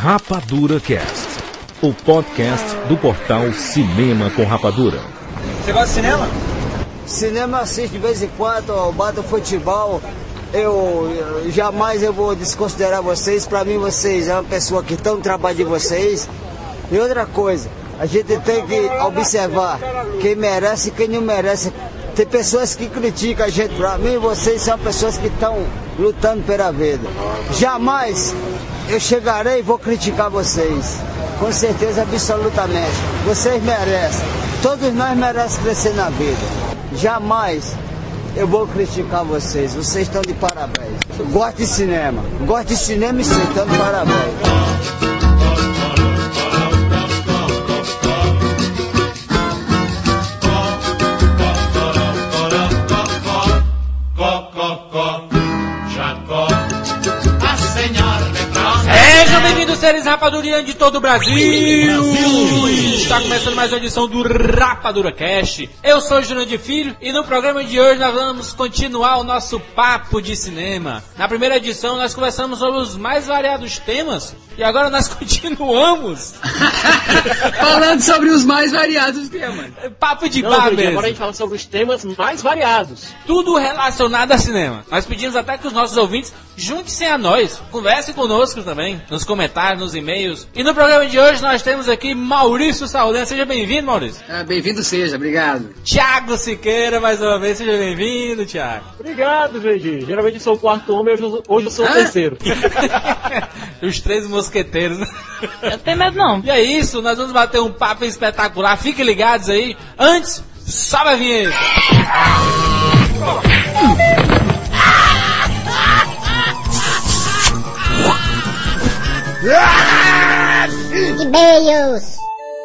Rapadura Cast, o podcast do portal Cinema com Rapadura. Você gosta de cinema? Cinema assisto de vez em quando, bato futebol. Eu jamais vou desconsiderar vocês. Para mim, vocês é uma pessoa que estão no trabalho de vocês. E outra coisa, a gente tem que observar quem merece e quem não merece. Tem pessoas que criticam a gente. Para mim, vocês são pessoas que estão lutando pela vida. Jamais eu chegarei e vou criticar vocês. Com certeza, absolutamente. Vocês merecem. Todos nós merecemos crescer na vida. Jamais eu vou criticar vocês. Vocês estão de parabéns. Eu gosto de cinema. Gosto de cinema e vocês estão de parabéns. Sejam bem-vindos, seres rapadurianos de todo o Brasil! Está começando mais uma edição do Rapadura Cast. Eu sou o Jurandir Filho e no programa de hoje nós vamos continuar o nosso papo de cinema. Na primeira edição nós conversamos sobre os mais variados temas e agora nós continuamos falando sobre os mais variados temas. Papo de bar mesmo. Agora a gente fala sobre os temas mais variados. Tudo relacionado a cinema. Nós pedimos até que os nossos ouvintes juntem-se a nós, conversem conosco também, nos comentários, nos e-mails. E no programa de hoje nós temos aqui Maurício Saldanha. Seja bem-vindo, Maurício. Bem-vindo seja, obrigado. Thiago Siqueira, mais uma vez, seja bem-vindo, Thiago. Obrigado, gente. Geralmente eu sou o quarto homem, hoje eu sou o terceiro. Os três mosqueteiros. Eu não tenho medo, não. E é isso, nós vamos bater um papo espetacular. Fiquem ligados aí. Antes, sobe a vinheta. Que beijos!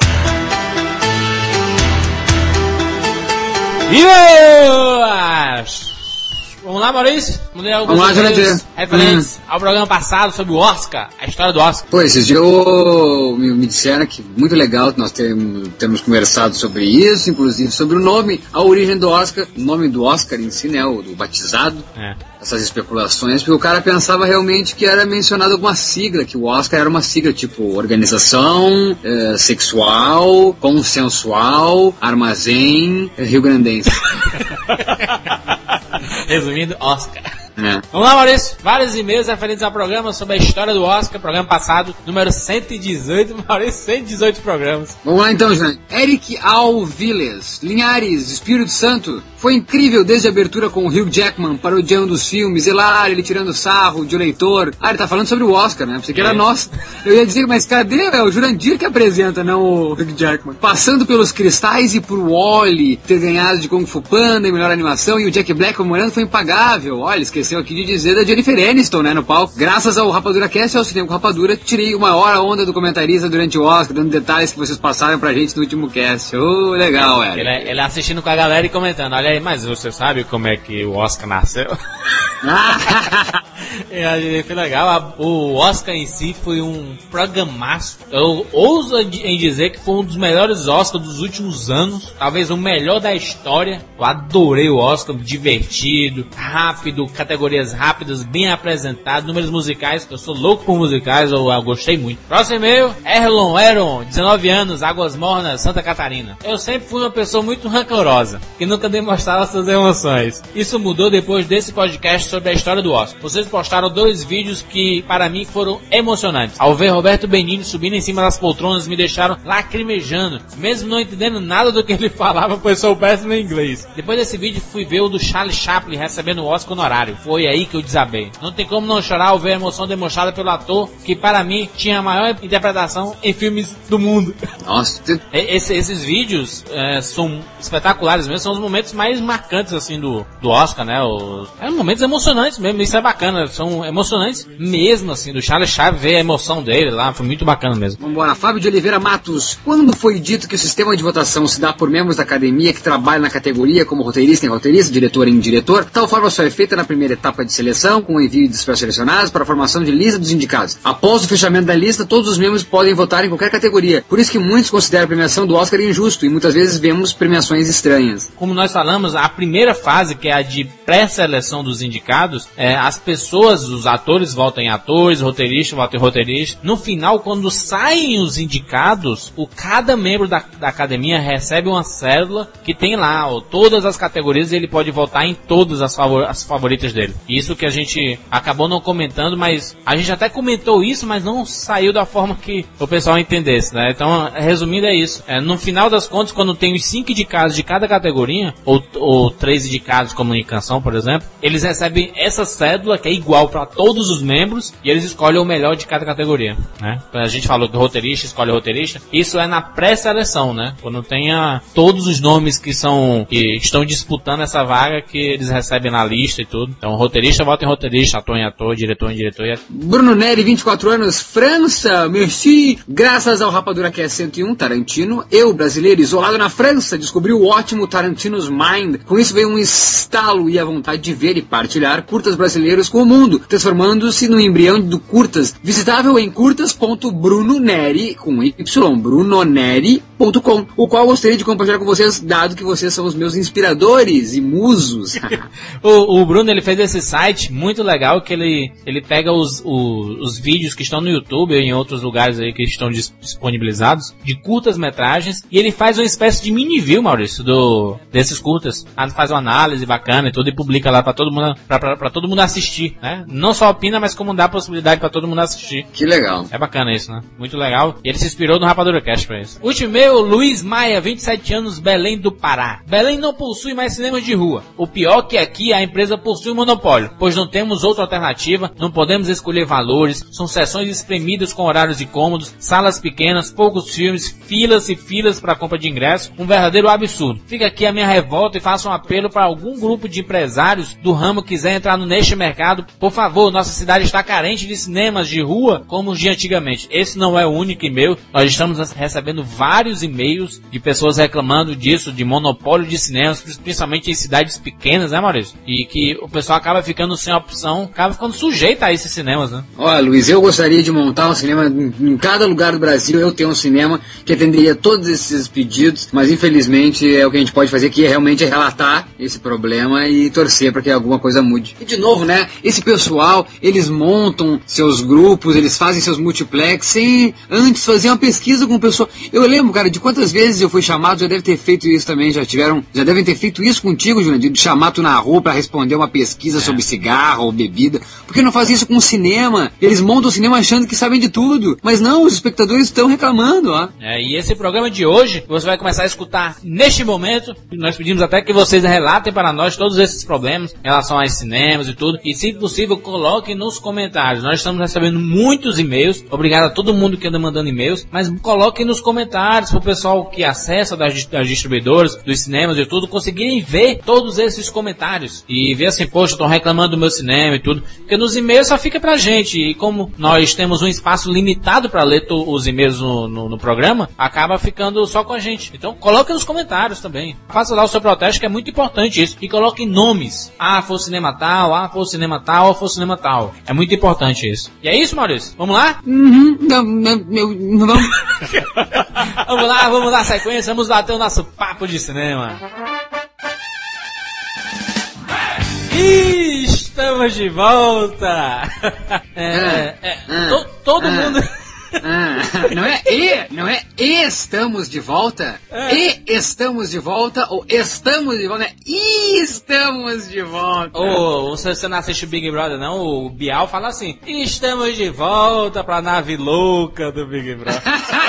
Vamos lá, Maurício? Vamos lá, Jurandir. Referentes ao programa passado sobre o Oscar, a história do Oscar. Pô, esses dias me disseram que muito legal que nós temos conversado sobre isso, inclusive sobre o nome, a origem do Oscar, o nome do Oscar em si, né, o do batizado. Essas especulações, porque o cara pensava realmente que era mencionado alguma sigla, que o Oscar era uma sigla tipo Organização Sexual, Consensual, Armazém, Rio Grandense. Resumindo, Oscar. Vamos lá, Maurício. Vários e-mails referentes ao programa sobre a história do Oscar, programa passado, número 118. Maurício, 118 programas. Vamos lá então, Jean. Eric Alviles, Linhares, Espírito Santo. Foi incrível desde a abertura com o Hugh Jackman parodiando os filmes, ele tirando sarro de eleitor. Ele tá falando sobre o Oscar, né? Pensei que era nosso. Eu ia dizer, mas cadê? É o Jurandir que apresenta, não o Hugh Jackman. Passando pelos cristais e por Wall-E, ter ganhado de Kung Fu Panda em melhor animação, e o Jack Black comemorando foi impagável. Olha, esqueceu aqui de dizer da Jennifer Aniston, né, no palco. Graças ao Rapadura Cast e ao Cinema com Rapadura, tirei uma hora onda do comentarista durante o Oscar, dando detalhes que vocês passaram pra gente no último cast. Legal, Ele assistindo com a galera e comentando, olha aí, mas você sabe como é que o Oscar nasceu? Foi legal. O Oscar em si foi um programaço. Eu ouso em dizer que foi um dos melhores Oscars dos últimos anos, talvez o melhor da história. Eu adorei o Oscar, divertido, rápido, categorias rápidas, bem apresentado, números musicais. Eu sou louco por musicais, eu gostei muito. Próximo e-mail, Erlon Eron, 19 anos, Águas Mornas, Santa Catarina. Eu sempre fui uma pessoa muito rancorosa, que nunca demonstrava suas emoções. Isso mudou depois desse podcast sobre a história do Oscar. Vocês postaram 2 vídeos que, para mim, foram emocionantes. Ao ver Roberto Benigni subindo em cima das poltronas, me deixaram lacrimejando, mesmo não entendendo nada do que ele falava, pois sou péssimo em inglês. Depois desse vídeo, fui ver o do Charlie Chaplin recebendo o Oscar honorário. Foi aí que eu desabei. Não tem como não chorar ao ver a emoção demonstrada pelo ator, que para mim tinha a maior interpretação em filmes do mundo. Nossa. Esses vídeos são espetaculares mesmo, são os momentos mais marcantes assim do Oscar, né? Momentos emocionantes mesmo, isso é bacana, são emocionantes mesmo assim, do Charlie Chaplin, ver a emoção dele lá, foi muito bacana mesmo. Vambora, Fábio de Oliveira Matos. Quando foi dito que o sistema de votação se dá por membros da academia que trabalham na categoria como roteirista em roteirista, diretor em diretor, tal forma só é feita na primeira etapa de seleção, com o envio dos pré-selecionados para a formação de lista dos indicados. Após o fechamento da lista, todos os membros podem votar em qualquer categoria. Por isso que muitos consideram a premiação do Oscar injusto e muitas vezes vemos premiações estranhas. Como nós falamos, a primeira fase, que é a de pré-seleção dos indicados, as pessoas, os atores votam em atores, roteiristas votam em roteiristas. No final, quando saem os indicados, cada membro da academia recebe uma cédula que tem lá todas as categorias e ele pode votar em todas as favoritas dele. Isso que a gente acabou não comentando, mas a gente até comentou isso, mas não saiu da forma que o pessoal entendesse, né? Então, resumindo, é isso. No final das contas, quando tem os 5 indicados de cada categoria, ou 3 indicados como em canção, por exemplo, eles recebem essa cédula que é igual para todos os membros e eles escolhem o melhor de cada categoria, né? A gente falou que o roteirista escolhe o roteirista. Isso é na pré-seleção, né? Quando tenha todos os nomes que estão disputando essa vaga, que eles recebem na lista e tudo. Então, roteirista vota em roteirista, ator em ator, diretor em diretor. Bruno Neri, 24 anos, França, merci. Graças ao Rapadura Cast 101, Tarantino, eu, brasileiro, isolado na França, descobri o ótimo Tarantino's Mind. Com isso veio um estalo e a vontade de ver e partilhar curtas brasileiros com o mundo, transformando-se no embrião do curtas, visitável em curtas.brunoneri, com Y, brunoneri.com, o qual gostaria de compartilhar com vocês, dado que vocês são os meus inspiradores e musos. O Bruno, ele fez esse site muito legal, que ele pega os vídeos que estão no YouTube e em outros lugares aí que estão disponibilizados, de curtas-metragens, e ele faz uma espécie de mini-view, Maurício, desses curtas. Faz uma análise bacana e tudo, e publica lá pra todo mundo, pra todo mundo assistir, né? Não só opina, mas como dá a possibilidade pra todo mundo assistir. Que legal. É bacana isso, né? Muito legal. E ele se inspirou no Rapadura Cast pra isso. Último e-mail, Luiz Maia, 27 anos, Belém do Pará. Belém não possui mais cinemas de rua. O pior que aqui a empresa possui um monopólio, pois não temos outra alternativa, não podemos escolher valores, são sessões espremidas com horários incômodos, salas pequenas, poucos filmes, filas e filas para compra de ingresso, um verdadeiro absurdo. Fica aqui a minha revolta e faço um apelo para algum grupo de empresários do ramo que quiser entrar neste mercado. Por favor, nossa cidade está carente de cinemas de rua como os de antigamente. Esse não é o único e-mail, nós estamos recebendo vários e-mails de pessoas reclamando disso, de monopólio de cinemas, principalmente em cidades pequenas, né, Maurício? E que o pessoal acaba ficando sem opção, acaba ficando sujeito a esses cinemas, né? Olha, Luiz, eu gostaria de montar um cinema em cada lugar do Brasil. Eu tenho um cinema que atenderia todos esses pedidos, mas infelizmente o que a gente pode fazer aqui é realmente relatar esse problema e torcer para que alguma coisa mude. E de novo, né, esse pessoal, eles montam seus grupos, eles fazem seus multiplex sem antes fazer uma pesquisa com o pessoal. Eu lembro, cara, de quantas vezes eu fui chamado, já deve ter feito isso também, já devem ter feito isso contigo, Júnior, de chamar tu na rua para responder uma pesquisa sobre cigarro ou bebida. Por que não faz isso com o cinema? Eles montam o cinema achando que sabem de tudo, mas não, os espectadores estão reclamando, ó. E esse programa de hoje, você vai começar a escutar neste momento. Nós pedimos até que vocês relatem para nós todos esses problemas em relação aos cinemas e tudo, e se possível coloquem nos comentários. Nós estamos recebendo muitos e-mails, obrigado a todo mundo que anda mandando e-mails, mas coloquem nos comentários para o pessoal que acessa das distribuidoras, dos cinemas e tudo, conseguirem ver todos esses comentários e ver assim, poxa, estão reclamando do meu cinema e tudo, porque nos e-mails só fica pra gente, e como nós temos um espaço limitado para ler os e-mails no programa, acaba ficando só com a gente. Então coloque nos comentários também, faça lá o seu protesto, que é muito importante isso, e coloque nomes, foi o cinema tal, foi o cinema tal, foi o cinema tal, é muito importante isso. E é isso, Maurício, vamos lá? Vamos. Vamos dar sequência, vamos bater o nosso papo de cinema. Estamos de volta! Todo mundo... Não é estamos de volta? Estamos de volta, ou estamos de volta, estamos de volta. Você não assiste o Big Brother, não? O Bial fala assim, estamos de volta pra nave louca do Big Brother.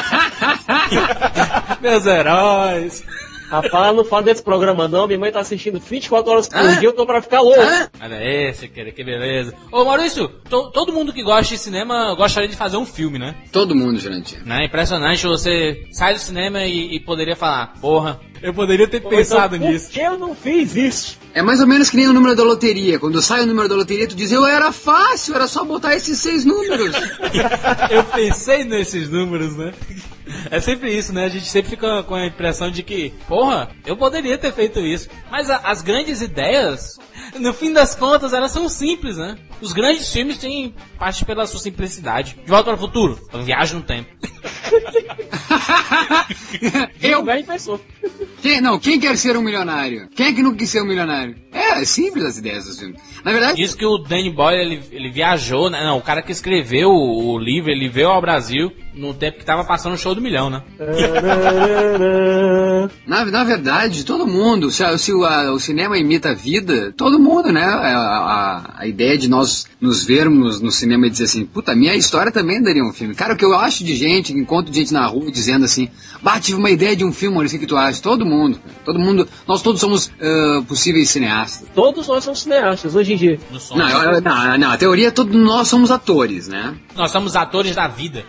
Meus heróis. Rapaz, não fala desse programa não, minha mãe tá assistindo 24 horas por dia, eu tô pra ficar louco. Olha esse, que beleza. Ô Maurício, todo mundo que gosta de cinema gostaria de fazer um filme, né? Todo mundo, gente. É impressionante, você sai do cinema e poderia falar, porra, eu poderia ter pensado nisso. Por que eu não fiz isso? É mais ou menos que nem o número da loteria. Quando sai o número da loteria, tu diz, era fácil, era só botar esses 6 números. Eu pensei nesses números, né? É sempre isso, né? A gente sempre fica com a impressão de que, porra, eu poderia ter feito isso. Mas as grandes ideias, no fim das contas, elas são simples, né? Os grandes filmes têm parte pela sua simplicidade. De Volta para o Futuro, Viagem no Tempo. Eu? Bem pensou. Quem quer ser um milionário? Quem é que não quis ser um milionário? É simples as ideias do filme. Na verdade... Diz que o Danny Boyle, ele viajou, né? Não, o cara que escreveu o livro, ele veio ao Brasil no tempo que tava passando o Show do Milhão, né? Na verdade, todo mundo, se o cinema imita a vida, todo mundo, né? A ideia de nós nos vermos no cinema e dizer assim, puta, minha história também daria um filme. Cara, o que eu acho de gente, encontro gente na rua dizendo assim, tive uma ideia de um filme, Maurício, o que tu acha? Todo mundo, nós todos somos possíveis cineastas. Todos nós somos cineastas, hoje em dia. Não, a teoria, todos nós somos atores, né? Nós somos atores da vida.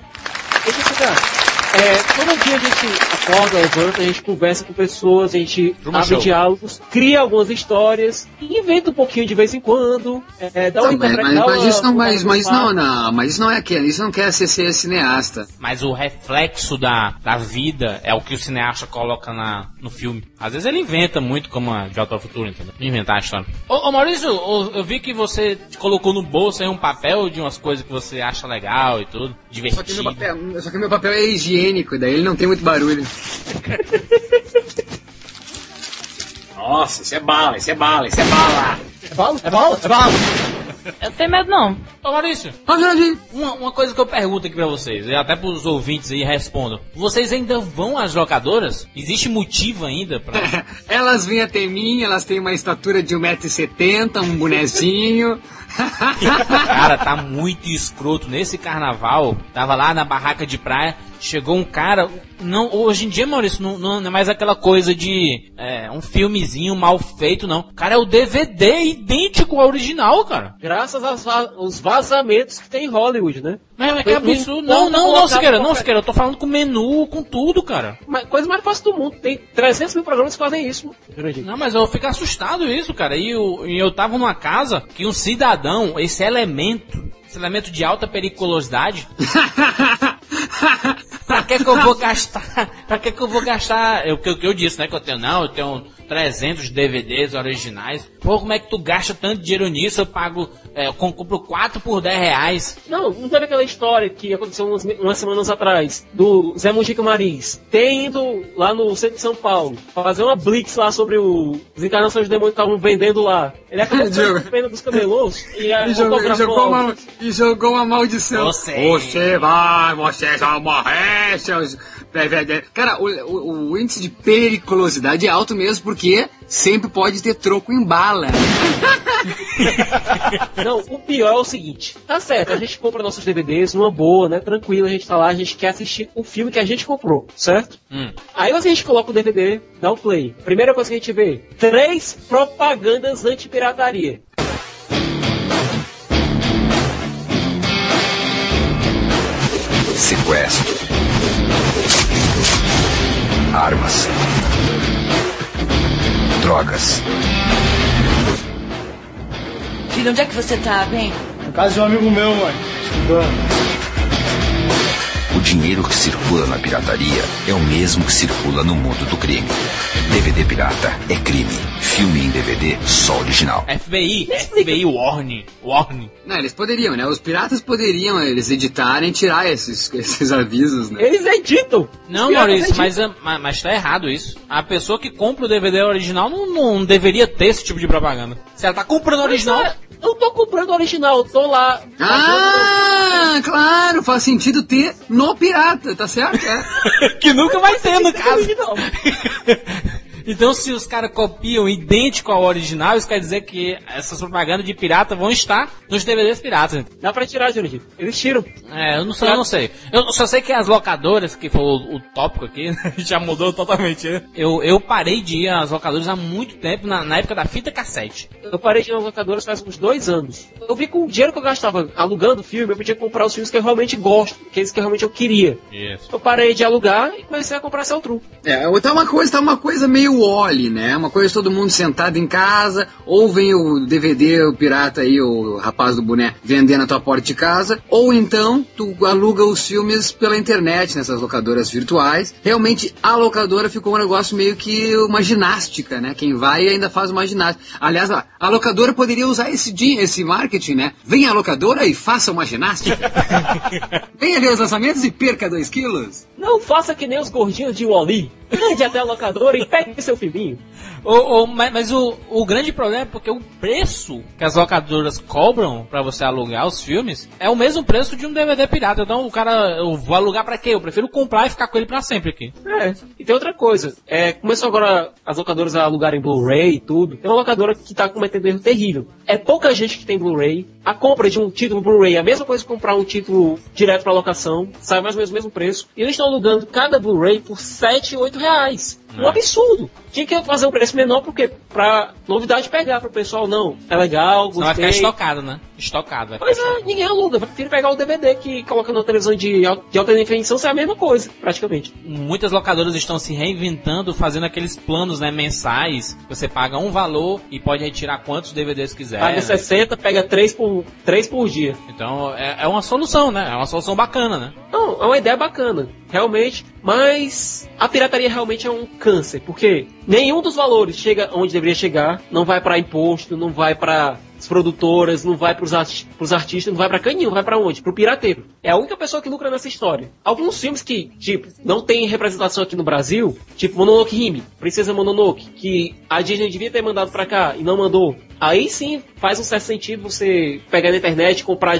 Todo dia a gente acorda, levanta, a gente conversa com pessoas, a gente abre diálogos, cria algumas histórias, e inventa um pouquinho de vez em quando, dá uma interpretação. Mas isso não é aquilo, isso não quer ser cineasta. Mas o reflexo da vida é o que o cineasta coloca no filme. Às vezes ele inventa muito, como a de Auto do Futuro, entendeu? Inventar a história. Ô Maurício, eu vi que você colocou no bolso aí um papel de umas coisas que você acha legal e tudo, divertido. Só que meu papel é higiênico, daí ele não tem muito barulho. Nossa, isso é bala. É bala? Eu não tenho medo, não. Ô Maurício, uma coisa que eu pergunto aqui pra vocês, e até pros ouvintes aí respondam. Vocês ainda vão às locadoras? Existe motivo ainda pra... Elas vêm até mim, elas têm uma estatura de 1,70 m, um bonezinho. Cara, tá muito escroto. Nesse carnaval, tava lá na barraca de praia, chegou um cara... Não, hoje em dia, Maurício, não é mais aquela coisa de um filmezinho mal feito, não. Cara, é o DVD idêntico ao original, cara. Graças aos vazamentos que tem em Hollywood, né? Mas que absurdo. Não, Siqueira, eu tô falando com menu, com tudo, cara. Mas coisa mais fácil do mundo. Tem 300 mil programas que fazem isso. Não, mas eu fico assustado isso, cara. E eu tava numa casa que um cidadão, esse elemento de alta periculosidade... Pra que eu vou gastar? O que eu disse, né? Que eu tenho 300 DVDs originais. Pô, como é que tu gasta tanto dinheiro nisso? Eu pago, compro 4 por R$10. Não teve aquela história que aconteceu umas semanas atrás, do Zé Mujica Marins, indo lá no centro de São Paulo, fazer uma blitz lá sobre as encarnações de demônio que estavam vendendo lá. Ele acabou com pena dos camelôs e jogou uma maldição. Você vai morrer, seus... Cara, o índice de periculosidade é alto mesmo, porque sempre pode ter troco em bala. Não, o pior é o seguinte, tá certo, a gente compra nossos DVDs numa boa, né, tranquilo, a gente tá lá, a gente quer assistir o filme que a gente comprou, certo? Aí a gente coloca o DVD, dá o play. Primeira coisa que a gente vê, 3 propagandas anti-pirataria. Sequestro, armas, drogas. Filho, onde é que você tá, bem? Na casa de um amigo meu, mãe. Estudando. O dinheiro que circula na pirataria é o mesmo que circula no mundo do crime. DVD pirata é crime. Filme em DVD, só original. FBI, Warning. Não, eles poderiam, né? Os piratas poderiam, eles editarem, tirar esses avisos, né? Eles editam. Não, Maurício, mas tá errado isso. A pessoa que compra o DVD original não deveria ter esse tipo de propaganda. Se ela tá comprando o original... Eu tô comprando o original, eu tô lá... Claro, faz sentido ter no pirata, tá certo? Que nunca vai ter, no caso. Então, se os caras copiam idêntico ao original, isso quer dizer que essas propagandas de pirata vão estar nos DVDs piratas. Dá pra tirar, Jurandir. Eles tiram. Eu não sei. Eu só sei que as locadoras, que foi o tópico aqui, já mudou totalmente, né? Eu parei de ir às locadoras há muito tempo, na época da fita cassete. Eu parei de ir às locadoras faz uns 2 anos. Eu vi que o dinheiro que eu gastava alugando filme, eu podia comprar os filmes que eu realmente gosto, aqueles que realmente eu queria. Isso. Eu parei de alugar e comecei a comprar Celtron. Tá uma coisa meio o Oli, né? Uma coisa todo mundo sentado em casa, ou vem o DVD, o pirata aí, o rapaz do boné, vender na tua porta de casa, ou então tu aluga os filmes pela internet, nessas locadoras virtuais. Realmente, a locadora ficou um negócio meio que uma ginástica, né? Quem vai ainda faz uma ginástica. Aliás, a locadora poderia usar esse marketing, né? Venha à locadora e faça uma ginástica. Venha ver os lançamentos e perca 2 quilos. Não faça que nem os gordinhos de Wall-E. Ande até a locadora e pegue seu filminho. Mas o grande problema é porque o preço que as locadoras cobram pra você alugar os filmes é o mesmo preço de um DVD pirata. Então o cara, eu vou alugar pra quê? Eu prefiro comprar e ficar com ele pra sempre aqui. E tem outra coisa. Começou agora as locadoras a alugarem Blu-ray e tudo. Tem uma locadora que tá cometendo erro terrível. É pouca gente que tem Blu-ray. A compra de um título Blu-ray é a mesma coisa que comprar um título direto pra locação. Sai mais ou menos o mesmo preço. E eles estão alugando cada Blu-ray por R$7, R$8. Um absurdo. Tinha que fazer um preço menor porque pra novidade pegar pro pessoal, não. É legal, gostei. Senão vai ficar estocado, né? Estocado. Pois ninguém aluga. Vai ter que pegar o DVD que coloca na televisão de alta definição, é a mesma coisa, praticamente. Muitas locadoras estão se reinventando, fazendo aqueles planos, né, mensais. Você paga um valor e pode retirar quantos DVDs quiser. Paga 60, pega 3 por dia. Então é uma solução, né? É uma solução bacana, né? Não, é uma ideia bacana, realmente. Mas a pirataria realmente é um câncer, porque nenhum dos valores chega onde deveria chegar, não vai para imposto, não vai para as produtoras, não vai pros artistas, não vai pra canhão, vai pra onde? Pro pirateiro. É a única pessoa que lucra nessa história. Alguns filmes que, tipo, não tem representação aqui no Brasil, tipo Mononoke Hime, Princesa Mononoke, que a Disney devia ter mandado pra cá e não mandou. Aí sim faz um certo sentido você pegar na internet, comprar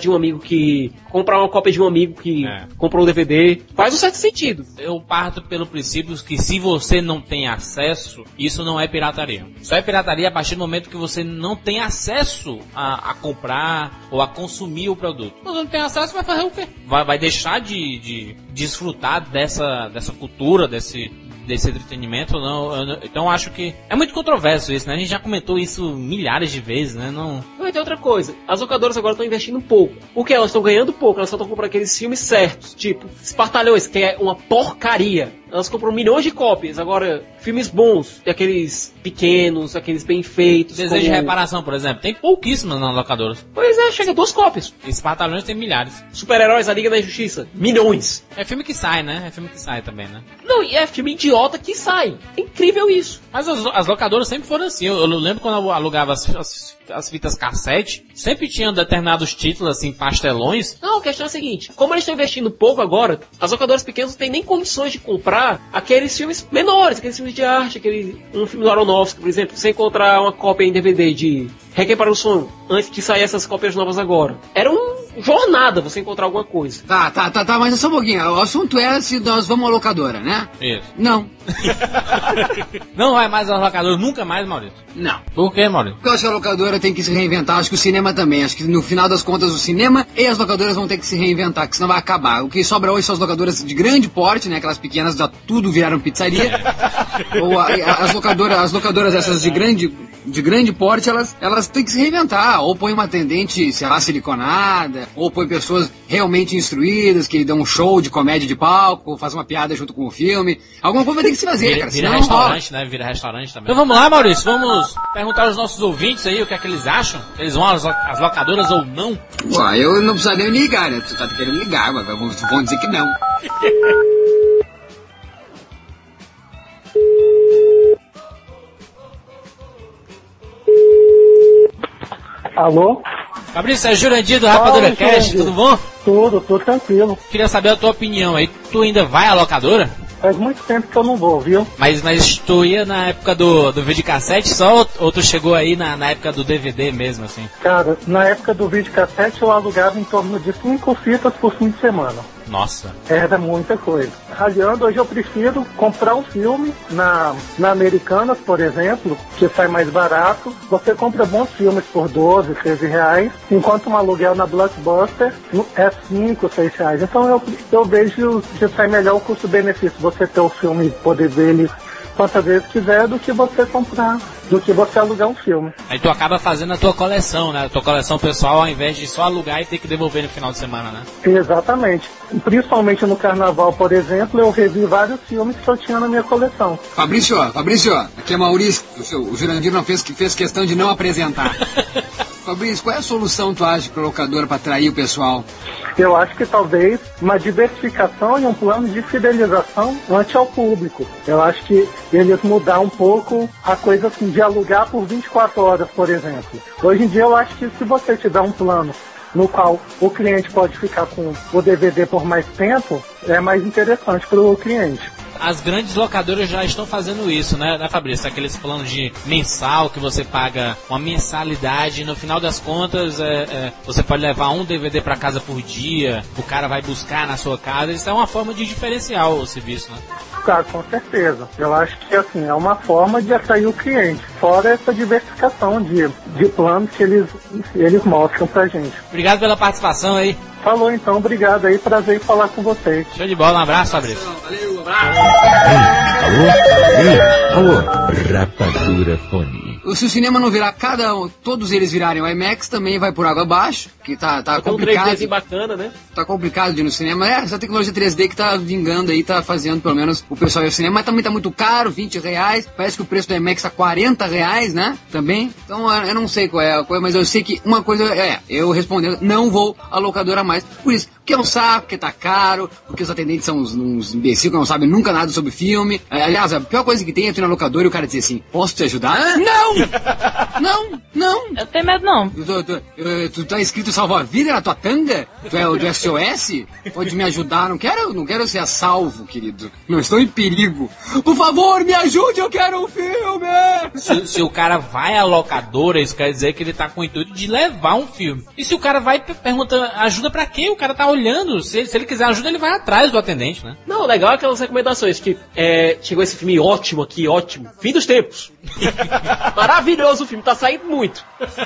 uma cópia de um amigo que comprou o DVD. Faz um certo sentido. Eu parto pelo princípio que se você não tem acesso, isso não é pirataria. Só é pirataria a partir do momento que você não tem acesso a comprar ou a consumir o produto. Quando não tem acesso, vai fazer o quê? Vai deixar de desfrutar dessa cultura, desse entretenimento, não. Então acho que é muito controverso isso, né? A gente já comentou isso milhares de vezes, né? Não tem outra coisa. As locadoras agora estão investindo pouco. Porque elas estão ganhando pouco, elas só estão comprando aqueles filmes certos, tipo Espartalhões, que é uma porcaria. Elas compram milhões de cópias. Agora, filmes bons, aqueles pequenos, aqueles bem feitos. Desejo de Reparação, por exemplo, tem pouquíssimas nas locadoras. Pois é, chega a 2 cópias. Espartalhões tem milhares. Super-Heróis, a Liga da Justiça, milhões. É filme que sai, né? É filme que sai também, né? Não, e é filme idiota que sai. É incrível isso. Mas as locadoras sempre foram assim. Eu lembro quando eu alugava as fitas cassete, sempre tinha determinados títulos, assim, pastelões. Não, a questão é a seguinte. Como eles estão investindo pouco agora, as locadoras pequenas não têm nem condições de comprar aqueles filmes menores, aqueles filmes de arte, um filme do Aronofsky, por exemplo. Você encontrar uma cópia em DVD de Requiem para o Sonho, antes de sair essas cópias novas agora. Era uma jornada você encontrar alguma coisa. Tá, mas só um pouquinho. O assunto é se nós vamos à locadora, né? Isso. Não. Não vai mais à locadora nunca mais, Maurício? Não. Por quê, Maurício? Porque eu acho que a locadora tem que se reinventar, acho que o cinema também. Acho que no final das contas o cinema e as locadoras vão ter que se reinventar, que senão vai acabar. O que sobra hoje são as locadoras de grande porte, né? Aquelas pequenas já tudo viraram pizzaria. Ou as locadoras essas de grande porte, elas têm que se reinventar. Ou põe uma atendente, sei lá, siliconada, ou põe pessoas realmente instruídas, que dão um show de comédia de palco, ou faz uma piada junto com o filme. Alguma coisa vai ter que se fazer, cara. Vira restaurante, né? Vira restaurante também. Então vamos lá, Maurício, vamos perguntar aos nossos ouvintes aí o que é que eles acham. Eles vão às locadoras ou não? Ué, eu não preciso nem ligar, né? Tu tá querendo ligar, mas vão dizer que não. Alô? Fabrício, é Jurandir do Rapadura Cast, tudo bom? Tudo tranquilo. Queria saber a tua opinião aí. Tu ainda vai à locadora? Faz muito tempo que eu não vou, viu? Mas tu ia na época do videocassete só ou tu chegou aí na época do DVD mesmo, assim? Cara, na época do videocassete eu alugava em torno de 5 fitas por fim de semana. Nossa. Era muita coisa. Aliando, hoje eu prefiro comprar um filme na Americanas, por exemplo, que sai mais barato. Você compra bons filmes por 12, 13 reais, enquanto um aluguel na Blockbuster é 5, 6 reais. Então eu vejo que sai melhor o custo-benefício. Você ter o filme, poder ver ele quantas vezes quiser do que você comprar, do que você alugar um filme. Aí tu acaba fazendo a tua coleção, né? A tua coleção pessoal, ao invés de só alugar e ter que devolver no final de semana, né? Exatamente. Principalmente no carnaval, por exemplo, eu revi vários filmes que eu tinha na minha coleção. Fabrício, aqui é Maurício. O Jurandir não fez questão de não apresentar. Fabrício, qual é a solução, tu acha, para a locadora para atrair o pessoal? Eu acho que talvez uma diversificação e um plano de fidelização ante ao público. Eu acho que eles mudar um pouco a coisa assim, de alugar por 24 horas, por exemplo. Hoje em dia eu acho que se você tiver um plano no qual o cliente pode ficar com o DVD por mais tempo, é mais interessante para o cliente. As grandes locadoras já estão fazendo isso, né, Fabrício? Aqueles planos de mensal que você paga uma mensalidade, no final das contas você pode levar um DVD para casa por dia, o cara vai buscar na sua casa. Isso é uma forma de diferenciar o serviço, né? Claro, com certeza. Eu acho que assim, é uma forma de atrair o cliente, fora essa diversificação de planos que eles mostram pra gente. Obrigado pela participação aí. Falou então, obrigado aí, prazer em falar com vocês. Show de bola, um abraço, Fabrício. Valeu, um abraço. Alô, Rapadura Fone. Se o cinema não virar todos eles virarem o IMAX, também vai por água abaixo, que tá complicado. Um 3D bacana, né? Tá complicado de ir no cinema. Essa tecnologia 3D que tá vingando aí, tá fazendo pelo menos o pessoal ir ao cinema, mas também tá muito caro, R$20. Parece que o preço do IMAX tá R$40, né? Também. Então eu não sei qual é a coisa, mas eu sei que uma coisa eu respondendo, não vou à locadora mais. Por isso, porque é um saco, porque tá caro, porque os atendentes são uns imbecis que não sabem nunca nada sobre filme. Aliás, a pior coisa que tem é tu ir na locadora e o cara dizer assim, posso te ajudar? Não! Não! Eu tenho medo não. Tu tá escrito salva-vida na tua tanga? Tu é o do SOS? Pode me ajudar? Não quero ser a salvo, querido. Não estou em perigo. Por favor, me ajude, eu quero um filme! Se o cara vai à locadora, isso quer dizer que ele tá com o intuito de levar um filme. E se o cara vai e pergunta ajuda pra quê? O cara tá olhando. Se ele quiser ajuda, ele vai atrás do atendente, né? Não, legal é aquelas recomendações que chegou esse filme ótimo aqui, ótimo. Fim dos tempos. Maravilhoso o filme, tá saindo muito.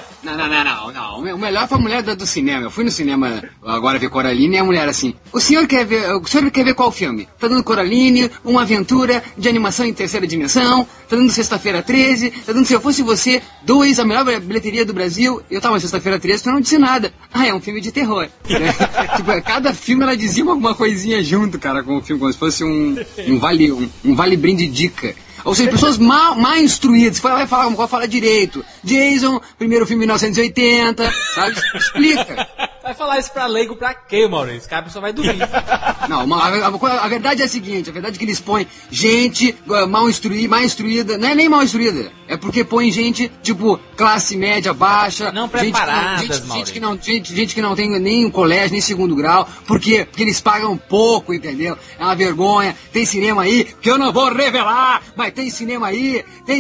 Não. O melhor foi a mulher do cinema. Eu fui no cinema agora ver Coraline e a mulher assim, o senhor quer ver qual filme? Tá dando Coraline, uma aventura de animação em terceira dimensão, tá dando Sexta-feira 13, tá dando Se Eu Fosse Você 2, a melhor bilheteria do Brasil. Eu tava Sexta-feira 13, então não disse nada. É um filme de terror. Tipo, cada filme ela dizia alguma coisinha junto, cara, com o filme, como se fosse um vale brinde dica. Ou seja, pessoas mal instruídas, vai falar direito. Jason, primeiro filme de 1980, sabe? Explica. Vai falar isso pra leigo pra quê, Maurício? O cara só vai dormir. Não, a verdade é a seguinte, a verdade é que eles põem gente mal instruída, não é nem mal instruída, é porque põe gente, tipo, classe média baixa, não preparadas, gente que não tem nem um colégio, nem segundo grau, porque eles pagam pouco, entendeu? É uma vergonha. Tem cinema aí, que eu não vou revelar, mas tem cinema aí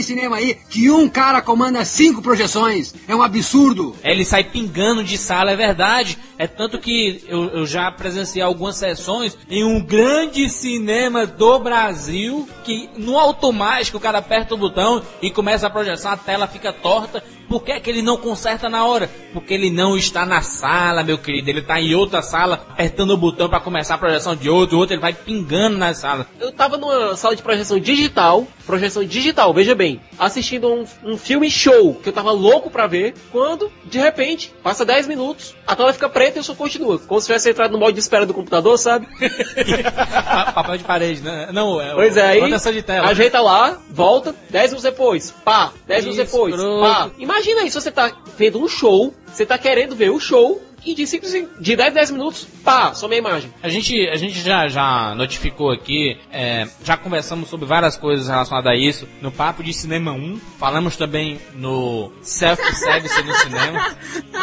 que um cara comanda 5 projeções. É um absurdo. Ele sai pingando de sala, é verdade. É tanto que eu já presenciei algumas sessões em um grande cinema do Brasil que no automático o cara aperta o botão e começa a projeção, a tela fica torta. Por que é que ele não conserta na hora? Porque ele não está na sala, meu querido. Ele está em outra sala, apertando o botão para começar a projeção de outro, ele vai pingando na sala. Eu tava numa sala de projeção digital, veja bem, assistindo um filme show, que eu tava louco pra ver, quando, de repente, passa 10 minutos, a tela fica preta e eu só continuo. Como se tivesse entrado no modo de espera do computador, sabe? Papel de parede, né? Não, pois é, aí, de tela. ajeita lá, volta, 10 minutos depois, 10 minutos depois, Imagina aí, se você tá vendo um show, você tá querendo ver o show, e de 10 minutos, some a imagem. A gente já notificou aqui, já conversamos sobre várias coisas relacionadas a isso, no Papo de Cinema 1, falamos também no Self-Service no Cinema.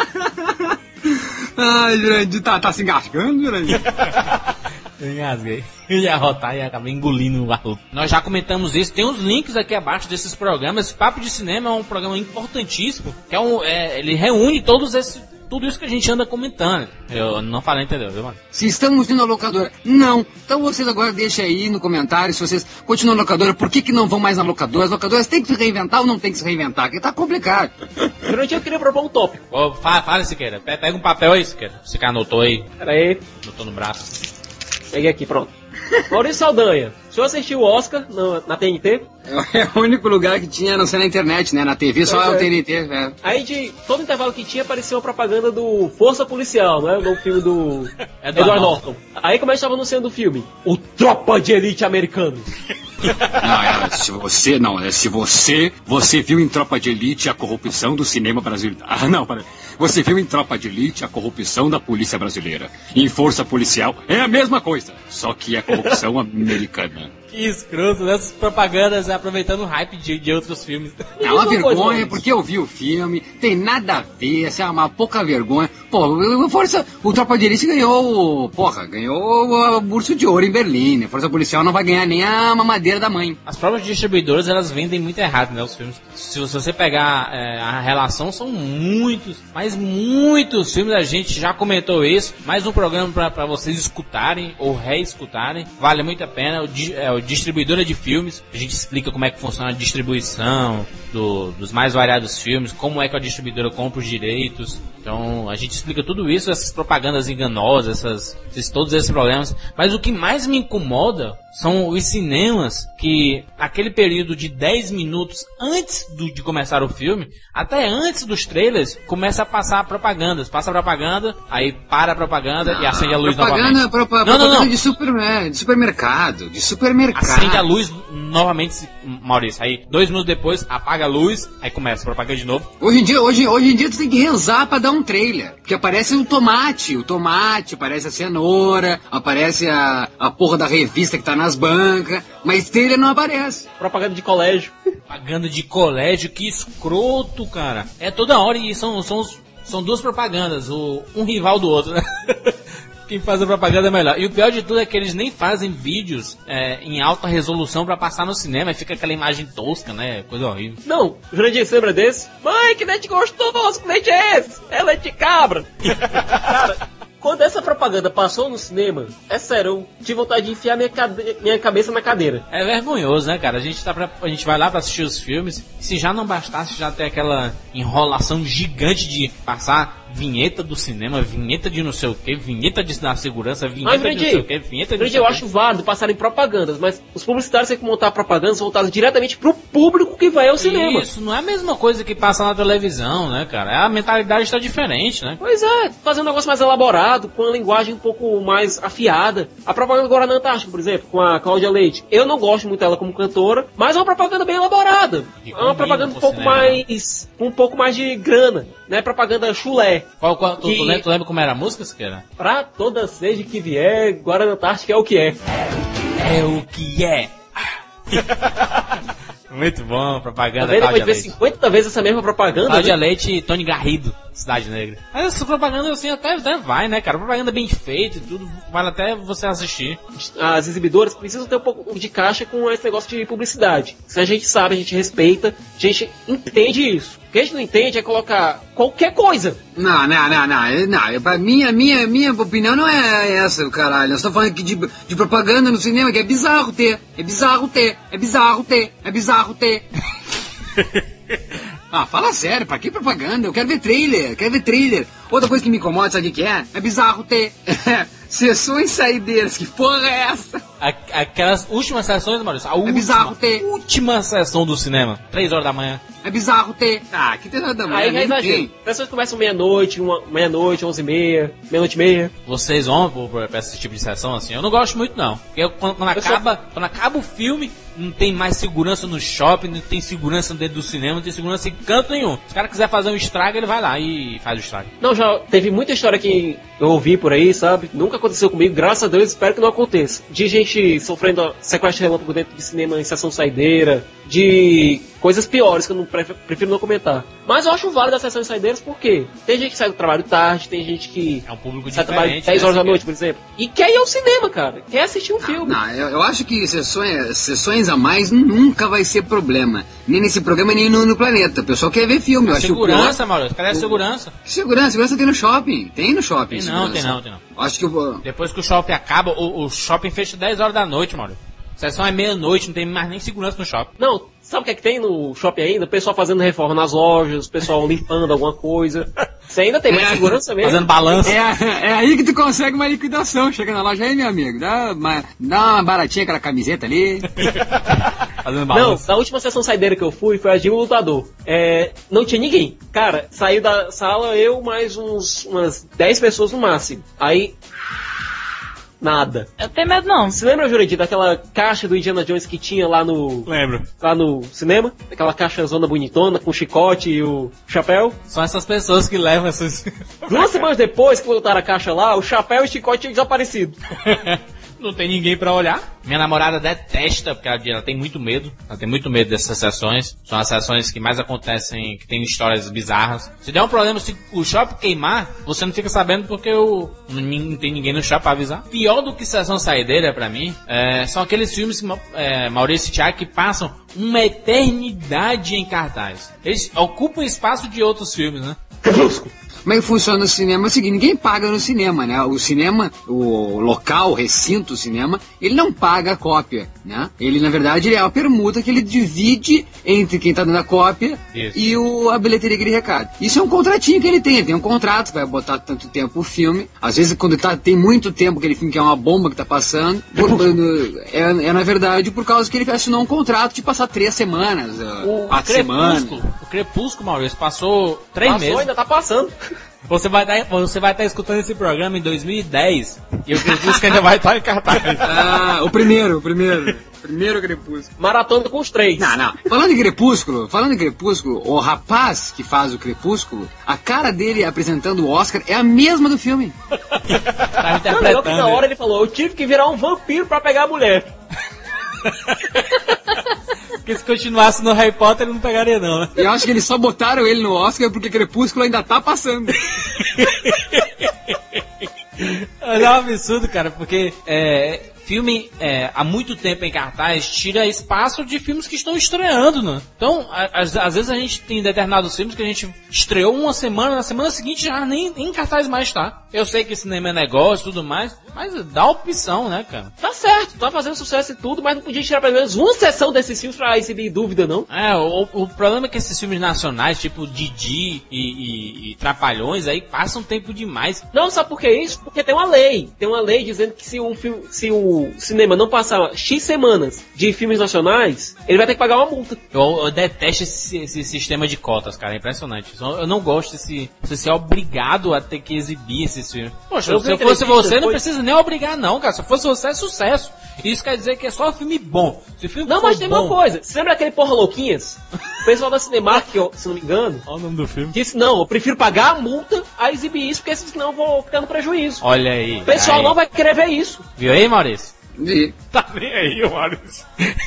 Ai, Jurandir, tá se engasgando, Jurandir? Eu engasguei. Eu ia arrotar e acabei engolindo o barulho. Nós já comentamos isso. Tem uns links aqui abaixo desses programas. Esse Papo de Cinema é um programa importantíssimo. Que ele reúne tudo isso que a gente anda comentando. Eu não falei, entendeu, viu, mano? Se estamos indo à locadora, não. Então vocês agora deixem aí no comentário se vocês continuam na locadora, por que não vão mais na locadora? As locadoras têm que se reinventar ou não tem que se reinventar? Porque tá complicado. Durante eu queria propor um tópico. Fala, Siqueira. Pega um papel aí, Siqueira. Você anotou aí. Pera aí. Anotou no braço. Peguei aqui, pronto. Maurício Saldanha, Se eu assistir o Oscar na TNT... É o único lugar que tinha, não sei, na internet, né? Na TV só é o TNT, né? Aí de todo intervalo que tinha, apareceu uma propaganda do Força Policial, né? O novo filme do Edward Norton. Aí como é que estava anunciando o filme? O Tropa de Elite americano. Se você viu em Tropa de Elite a corrupção do cinema brasileiro. Você viu em Tropa de Elite a corrupção da polícia brasileira. Em Força Policial é a mesma coisa, só que é corrupção americana. Que escroto, né? Essas propagandas aproveitando o hype de outros filmes. É uma vergonha, porque eu vi o filme, tem nada a ver, é uma pouca vergonha. Pô, o Tropa de Elite ganhou o Urso de Ouro em Berlim. A Força Policial não vai ganhar nem a mamadeira da mãe. As próprias distribuidoras, elas vendem muito errado, né, os filmes. Se você pegar a relação, são muitos filmes, a gente já comentou isso. Mais um programa pra vocês escutarem ou reescutarem. Vale muito a pena. O Distribuidora de Filmes, a gente explica como é que funciona a distribuição dos mais variados filmes, como é que a distribuidora compra os direitos. Então a gente explica tudo isso, essas propagandas enganosas, todos esses problemas. Mas o que mais me incomoda são os cinemas que, naquele período de 10 minutos antes de começar o filme, até antes dos trailers, começa a passar propagandas. Passa a propaganda, aí para a propaganda e acende a luz novamente. Propaganda de supermercado. Acende a luz novamente, Maurício. Aí 2 minutos depois, apaga a luz, aí começa a propaganda de novo. Hoje em dia tu tem que rezar pra dar um trailer. Porque aparece o tomate, aparece a cenoura, aparece a porra da revista que tá nas bancas, mas trailer não aparece. Propaganda de colégio. Propaganda de colégio, que escroto, cara. É toda hora e são 2 propagandas, um rival do outro, né? Quem faz a propaganda é melhor. E o pior de tudo é que eles nem fazem vídeos em alta resolução pra passar no cinema. E fica aquela imagem tosca, né? Coisa horrível. Não, Jurandir, você lembra desse? Mãe, que leite gostoso, que leite é esse? É leite de cabra. Cara, quando essa propaganda passou no cinema, é sério, eu tive vontade de enfiar minha cabeça na cadeira. É vergonhoso, né, cara? A gente vai lá pra assistir os filmes. Se já não bastasse já ter aquela enrolação gigante de passar vinheta do cinema, vinheta de não sei o que, vinheta da segurança, vinheta de não sei o que, vinheta de não sei o que. Eu acho válido passarem propagandas, mas os publicitários têm que montar propagandas voltadas diretamente pro público que vai ao cinema. Isso, não é a mesma coisa que passa na televisão, né, cara? A mentalidade está diferente, né? Pois é, fazer um negócio mais elaborado, com uma linguagem um pouco mais afiada. A propaganda agora na Antártica, por exemplo, com a Cláudia Leite. Eu não gosto muito dela como cantora, mas é uma propaganda bem elaborada. É uma propaganda um pouco mais de grana, né? Propaganda chulé. Tu lembra como era a música, Siqueira? Pra toda sede que vier, Guaraná Antártica é o que é. É o que é. Muito bom, propaganda. Tá depois de ver 50 vezes essa mesma propaganda. Cláudia Leite e Tony Garrido, Cidade Negra. Mas essa propaganda assim até vai, né, cara? Propaganda bem feita e tudo, vale até você assistir. As exibidoras precisam ter um pouco de caixa com esse negócio de publicidade. Se a gente sabe, a gente respeita, a gente entende isso. O que a gente não entende é colocar qualquer coisa. Não. Minha opinião não é essa, caralho. Nós estamos falando aqui de propaganda no cinema, que é bizarro ter. Ah, fala sério, pra que propaganda? Eu quero ver trailer. Outra coisa que me incomoda, sabe o que é? É bizarro ter sessões saideiras, que porra é essa? Aquelas últimas sessões, Maurício, bizarro ter. Última sessão do cinema, 3 horas da manhã. É bizarro ter. Ah, que 3 horas da manhã? Aí exagero. As pessoas começam meia-noite, 11h30, meia-noite e meia. Vocês vão pra esse tipo de sessão assim? Eu não gosto muito, não. Porque quando acaba o filme, não tem mais segurança no shopping, não tem segurança dentro do cinema, não tem segurança em canto nenhum. Se o cara quiser fazer um estrago, ele vai lá e faz o estrago. Não, já teve muita história que eu ouvi por aí, sabe? Nunca aconteceu comigo, graças a Deus, espero que não aconteça. De gente sofrendo sequestro relâmpago dentro de cinema em sessão saideira, de coisas piores que eu não prefiro não comentar. Mas eu acho válido as sessões saideiras porque tem gente que sai do trabalho tarde, tem gente que é um público sai do trabalho 10 horas da noite, por exemplo, e quer ir ao cinema, cara, quer assistir um filme. Não, eu acho que sessões a mais nunca vai ser problema. Nem nesse programa, nem no planeta. O pessoal quer ver filme. Eu acho segurança, Maurício. Cadê a segurança? Que segurança? Segurança tem no shopping. Tem no shopping. Tem não. Acho que depois que o shopping acaba, o shopping fecha 10 horas da noite, Maurício. A sessão é meia-noite, não tem mais nem segurança no shopping. Não, sabe o que é que tem no shopping ainda? O pessoal fazendo reforma nas lojas, o pessoal limpando alguma coisa. Você ainda tem mais segurança mesmo. Fazendo balanço. É aí que tu consegue uma liquidação. Chega na loja aí, meu amigo. Dá uma baratinha aquela camiseta ali. Fazendo balanço. Não, da última sessão saideira que eu fui, foi a de um lutador. Não tinha ninguém. Cara, saiu da sala eu mais umas 10 pessoas no máximo. Aí... nada. Eu tenho medo não. Você lembra, Jurandir, daquela caixa do Indiana Jones que tinha lá no... Lembro. Lá no cinema? Aquela caixa zona bonitona, com o chicote e o chapéu? São essas pessoas que levam essas... 2 semanas depois que botaram a caixa lá, o chapéu e o chicote tinham desaparecido. Não tem ninguém pra olhar. Minha namorada detesta, porque ela tem muito medo. Ela tem muito medo dessas sessões. São as sessões que mais acontecem, que tem histórias bizarras. Se der um problema, se o shopping queimar, você não fica sabendo porque não tem ninguém no shopping pra avisar. Pior do que sessão saideira pra mim, são aqueles filmes que Maurício e Thiago que passam uma eternidade em cartaz. Eles ocupam espaço de outros filmes, né? Como é que funciona no cinema? É o seguinte, ninguém paga no cinema, né? O cinema, o local, o recinto, o cinema, ele não paga a cópia, né? Ele, na verdade, ele é uma permuta que ele divide entre quem tá dando a cópia e a bilheteria que ele recada. Isso é um contratinho que ele tem um contrato, vai botar tanto tempo o filme. Às vezes, quando tem muito tempo aquele filme que é uma bomba que tá passando, na verdade, por causa que ele assinou um contrato de passar 3 semanas, 4 semanas. O Crepúsculo, Maurício, passou 3 meses. Ainda tá passando. Você vai estar escutando esse programa em 2010 e o Crepúsculo ainda vai estar em cartaz. O primeiro Crepúsculo. Maratona com os 3. Não. Falando em Crepúsculo, o rapaz que faz o Crepúsculo, a cara dele apresentando o Oscar é a mesma do filme. Tá interpretando. Na hora ele falou, eu tive que virar um vampiro pra pegar a mulher. Porque se continuasse no Harry Potter, ele não pegaria não, né? Eu acho que eles só botaram ele no Oscar porque Crepúsculo ainda tá passando. É um absurdo, cara, porque filme há muito tempo em cartaz tira espaço de filmes que estão estreando, né? Então, às vezes a gente tem determinados filmes que a gente estreou uma semana, na semana seguinte já nem em cartaz mais tá. Eu sei que cinema é negócio e tudo mais, mas dá opção, né, cara? Tá certo, tá fazendo sucesso e tudo, mas não podia tirar pelo menos uma sessão desses filmes pra exibir dúvida, não? O problema é que esses filmes nacionais, tipo Didi e Trapalhões, aí passam tempo demais. Não, sabe por que isso? Porque tem uma lei dizendo que se o cinema não passar X semanas de filmes nacionais, ele vai ter que pagar uma multa. Eu detesto esse sistema de cotas, cara, é impressionante. Eu não gosto de ser obrigado a ter que exibir esses filmes. Poxa, se eu fosse você, não precisa nem obrigar não, cara. Se eu fosse você, é sucesso. Isso quer dizer que é só filme bom. Se o filme não, mas tem uma coisa. Você lembra aquele Porra Louquinhas? O pessoal da Cinemark, se não me engano, olha o nome do filme, disse, não, eu prefiro pagar a multa a exibir isso, porque senão eu vou ficar no prejuízo. Olha aí. O pessoal não vai querer ver isso. Viu aí, Maurício? Vi. Tá nem aí, Maurício.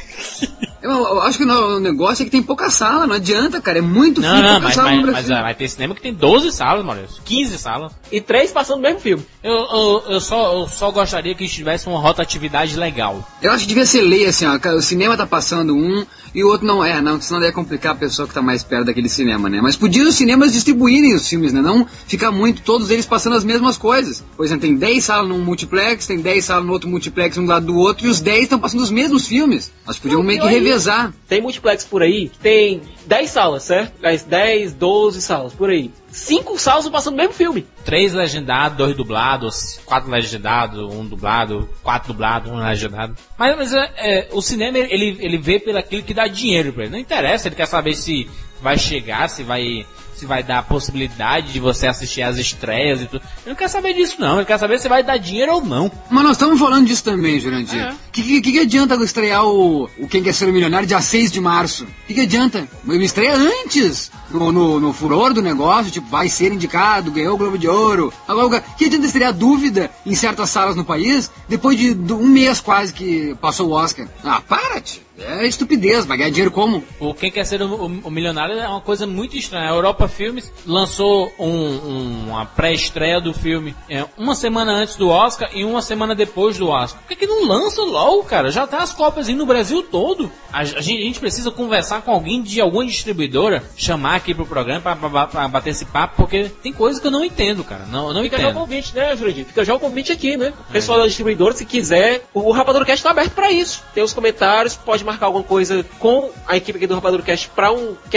Eu acho que o negócio é que tem pouca sala, não adianta, cara, é muito filme. Mas vai ter cinema que tem 12 salas, Maurício, 15 salas. E 3 passando o mesmo filme. Eu só gostaria que tivesse uma rotatividade legal. Eu acho que devia ser lei, assim, ó, o cinema tá passando um e o outro não, senão ia complicar a pessoa que tá mais perto daquele cinema, né? Mas podiam os cinemas distribuírem os filmes, né? Não ficar todos eles passando as mesmas coisas. Por exemplo, tem 10 salas num multiplex, tem 10 salas no outro multiplex, um do lado do outro, e os 10 estão passando os mesmos filmes. Nós podíamos meio que revezar. Tem multiplex por aí que tem 10 salas, certo? 10, 12 salas, por aí. 5 salas vão passando o mesmo filme. 3 legendados, 2 dublados, 4 legendados, 1 dublado, 4 dublados, 1 legendado. Mas o cinema, ele vê pelo aquilo que dá dinheiro pra ele. Não interessa, ele quer saber se vai chegar, se vai dar a possibilidade de você assistir às estreias e tudo. Ele não quer saber disso, não. Ele quer saber se vai dar dinheiro ou não. Mas nós estamos falando disso também, Jurandir. Que adianta estrear o Quem Quer Ser o Milionário dia 6 de março? Que adianta? Me estreia antes, no furor do negócio, tipo, vai ser indicado, ganhou o Globo de Ouro. Agora, que adianta estrear dúvida em certas salas no país, depois de um mês quase que passou o Oscar? Para-te! É estupidez, vai ganhar dinheiro como? O Quem Quer Ser o Milionário é uma coisa muito estranha. A Europa Filmes lançou uma pré-estreia do filme uma semana antes do Oscar e uma semana depois do Oscar. Por que não lança logo, cara? Já tá as cópias no Brasil todo. A gente precisa conversar com alguém de alguma distribuidora, chamar aqui pro programa pra bater esse papo, porque tem coisa que eu não entendo, cara. Não entendo. Fica já o convite, né, Jurandir? Fica já o convite aqui, né? O pessoal da distribuidora, se quiser, o Rapadura Cast tá aberto pra isso. Tem os comentários, pode marcar alguma coisa com a equipe aqui do Rapadura Cast pra um cast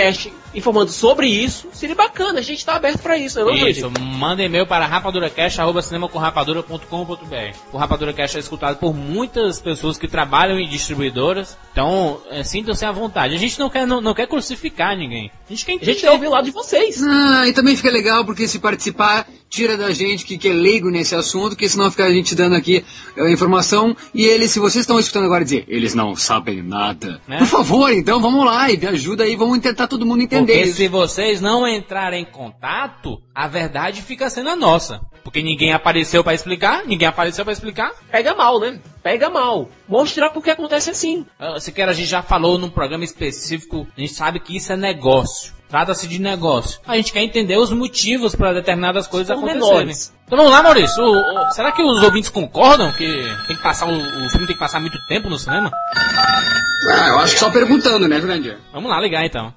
informando sobre isso, seria bacana, a gente tá aberto pra isso, não é? Isso, manda e-mail para rapaduracast@cinemacomrapadura.com.br. O Rapadura Cast é escutado por muitas pessoas que trabalham em distribuidoras, então sintam-se à vontade. A gente não quer crucificar ninguém. A gente quer ouvir o lado de vocês. E também fica legal porque se participar, tira da gente que é leigo nesse assunto, que senão fica a gente dando aqui informação e eles, se vocês estão escutando agora dizer, eles não sabem nada. Por favor, então vamos lá e me ajuda aí, vamos tentar todo mundo entender. Porque isso. Se vocês não entrarem em contato, a verdade fica sendo a nossa. Porque ninguém apareceu pra explicar. Pega mal, né? Pega mal. Mostrar porque acontece assim. Sequer a gente já falou num programa específico, a gente sabe que isso é negócio. Trata-se de negócio. A gente quer entender os motivos para determinadas coisas acontecerem. Então vamos lá, Maurício. Será que os ouvintes concordam que tem que passar o filme tem que passar muito tempo no cinema? Eu acho que só perguntando, né, Jurandir? Vamos lá ligar então.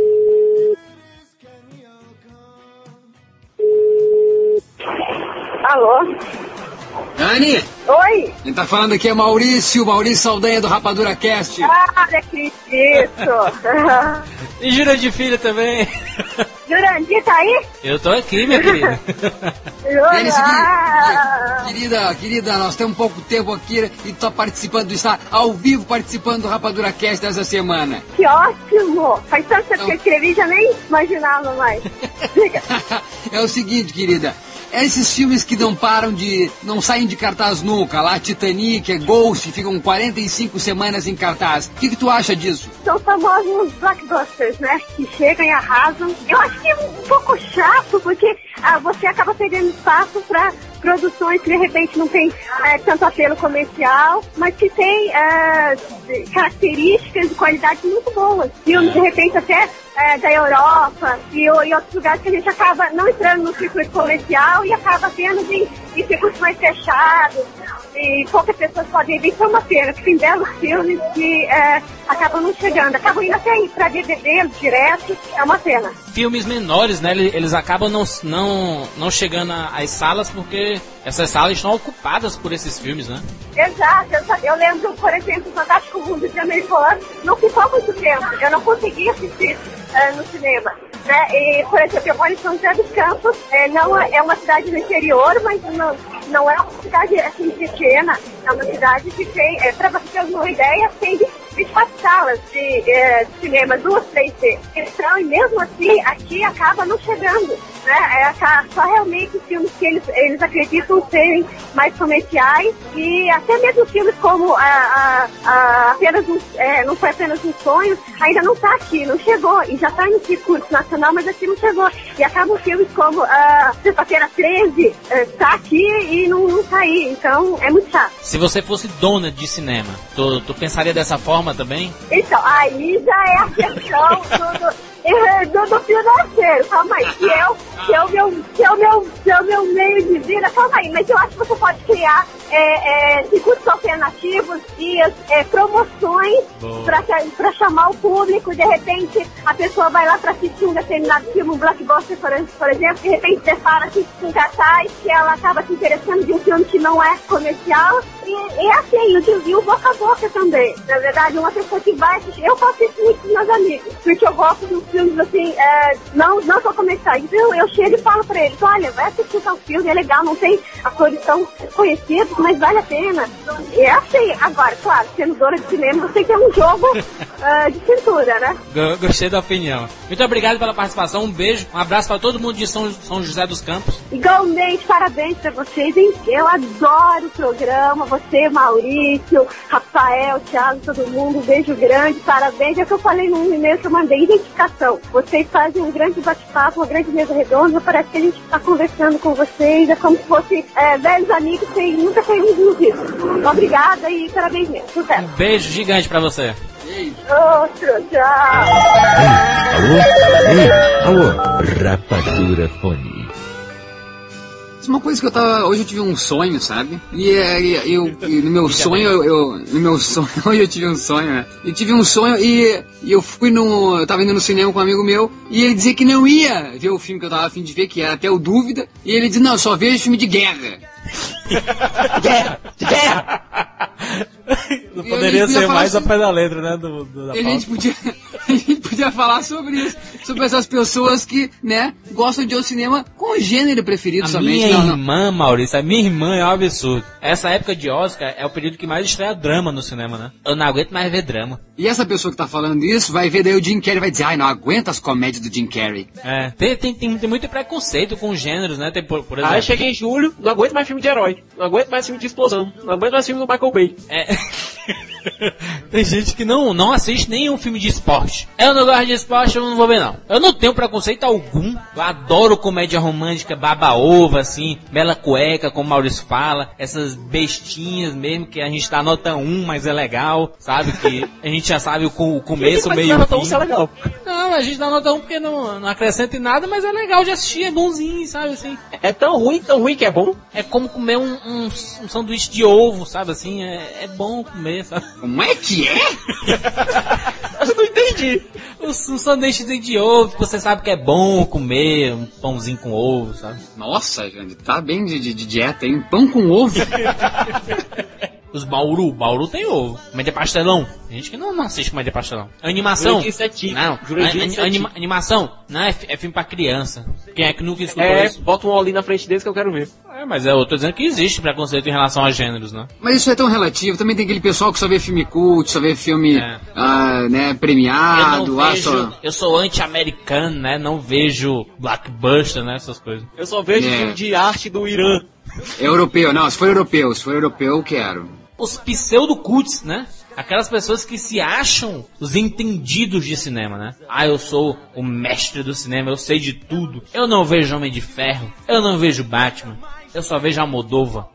Alô? Dani? Oi? Quem tá falando aqui é Maurício Saldanha do Rapadura Cast. Acredito. E Jurandir Filho também. Jurandir tá aí? Eu tô aqui, minha querida. Querida, nós temos pouco tempo aqui e tu tá está ao vivo participando do Rapadura Cast dessa semana. Que ótimo! Faz tanto tempo que eu escrevi, já nem imaginava mais. Diga. É o seguinte, querida. Esses filmes que não saem de cartaz nunca, lá Titanic, Ghost, ficam 45 semanas em cartaz. O que tu acha disso? São famosos blockbusters, né? Que chegam e arrasam. Eu acho que é um pouco chato, porque você acaba perdendo espaço para produções que de repente não tem tanto apelo comercial, mas que tem características de qualidade muito boas. Filmes de repente até da Europa e outros lugares que a gente acaba não entrando no circuito comercial e acaba tendo de circuitos mais fechados e poucas pessoas podem ver. Isso é uma pena, que tem belos filmes que acabam não chegando, acabam indo até ir para DVD direto, é uma pena. Filmes menores, né, eles acabam não chegando às salas porque essas salas estão ocupadas por esses filmes, né? Exato, eu lembro, por exemplo, o Fantástico Mundo de Americano, não ficou muito tempo, eu não consegui assistir no cinema. Né? E, por exemplo, eu moro em São José dos Campos, não é uma cidade no interior, mas não é uma cidade assim, pequena, é uma cidade que tem, para você ter uma ideia, tem 24 salas de cinema, 2, 3D. Então, e mesmo assim, aqui acaba não chegando. Né? Só realmente filmes que eles acreditam serem mais comerciais e até mesmo filmes como não foi apenas um sonho, ainda não está aqui, não chegou e já está em circuito nacional, mas aqui não chegou. E acabam filmes como Sexta-feira 13, está aqui e não está aí, então é muito chato. Se você fosse dona de cinema, tu pensaria dessa forma também? Então, aí já é a questão do financeiro, calma aí, que é o meu meio de vida, calma aí, mas eu acho que você pode criar circuitos alternativos e promoções para chamar o público. De repente a pessoa vai lá para assistir um determinado filme, um blockbuster, por exemplo, de repente depara com cartaz que ela acaba se interessando de um filme que não é comercial e assim, e o boca a boca também. Na verdade, uma pessoa que vai assistir, eu faço isso muito com meus amigos, porque eu gosto dos filmes assim, não só comerciais. Então eu chego e falo pra eles, olha, vai assistir tal filme, é legal, não tem atores tão conhecidos, mas vale a pena. E é assim, agora, claro, sendo dona de cinema, você tem um jogo de cintura, né? Gostei da opinião. Muito obrigado pela participação, um beijo, um abraço para todo mundo de São José dos Campos. Igualmente, parabéns pra vocês, hein? Eu adoro o programa, você, Maurício, Rafael, Thiago, todo mundo, um beijo grande, parabéns. É o que eu falei no e-mail que eu mandei, identificação. Vocês fazem um grande bate-papo, uma grande mesa redonda, parece que a gente está conversando com vocês, é como se fossem velhos amigos que nunca saímos nos vídeos. Obrigada e parabéns mesmo. Sucesso. Um beijo gigante pra você. Outro, tchau. Alô, Rapadura Fone. Uma coisa que hoje eu tive um sonho, sabe? No meu sonho, hoje eu tive um sonho, né? Eu tive um sonho e eu eu tava indo no cinema com um amigo meu e ele dizia que não ia ver o filme que eu tava a fim de ver, que era até o Dúvida, e ele dizia, não, só vejo filme de guerra. Guerra! Não poderia ser mais ao pé da letra, né? A gente podia ia falar sobre isso. Sobre essas pessoas que, né, gostam de ir ao cinema com o gênero preferido somente. Minha irmã, Maurício, a minha irmã é um absurdo. Essa época de Oscar é o período que mais estreia drama no cinema, né? Eu não aguento mais ver drama. E essa pessoa que tá falando isso vai ver daí o Jim Carrey e vai dizer, ai, não aguento as comédias do Jim Carrey. É, tem muito preconceito com os gêneros, né? Tem, por exemplo... Aí cheguei em julho, não aguento mais filme de herói, não aguento mais filme de explosão, não aguento mais filme do Michael Bay. Tem gente que não assiste nenhum filme de esporte. Eu não gosto de esporte, eu não vou ver não. Eu não tenho preconceito algum. Eu adoro comédia romântica, baba-ova, assim, bela cueca, como o Maurício fala. Essas bestinhas mesmo, que a gente dá nota 1, mas é legal, sabe? Que a gente já sabe o começo, o meio e o fim. Isso é legal. Não, a gente dá nota 1 porque não acrescenta em nada, mas é legal de assistir, é bonzinho, sabe assim. É tão ruim que é bom. É como comer um sanduíche de ovo, sabe assim, é bom comer, sabe? Como é que é? Eu não entendi. Um sanduíche de ovo, que você sabe que é bom comer, um pãozinho com ovo, sabe? Nossa, gente, tá bem de dieta, hein? Pão com ovo. Os Bauru tem ovo. Comédia pastelão. Tem gente que não assiste comédia pastelão. Animação. Não. Animação. Não, é filme pra criança. Quem é que nunca escutou isso? Bota um olhinho na frente desse que eu quero ver. Mas eu tô dizendo que existe preconceito em relação a gêneros, né? Mas isso é tão relativo. Também tem aquele pessoal que só vê filme cult, só vê filme né, premiado. Eu sou anti-americano, né? Não vejo blockbuster, né? Essas coisas. Eu só vejo filme de arte do Irã. É europeu, não. Se for europeu, eu quero. Os pseudo-cults, né? Aquelas pessoas que se acham os entendidos de cinema, né? Eu sou o mestre do cinema, eu sei de tudo. Eu não vejo Homem de Ferro, eu não vejo Batman, eu só vejo Almodóvar.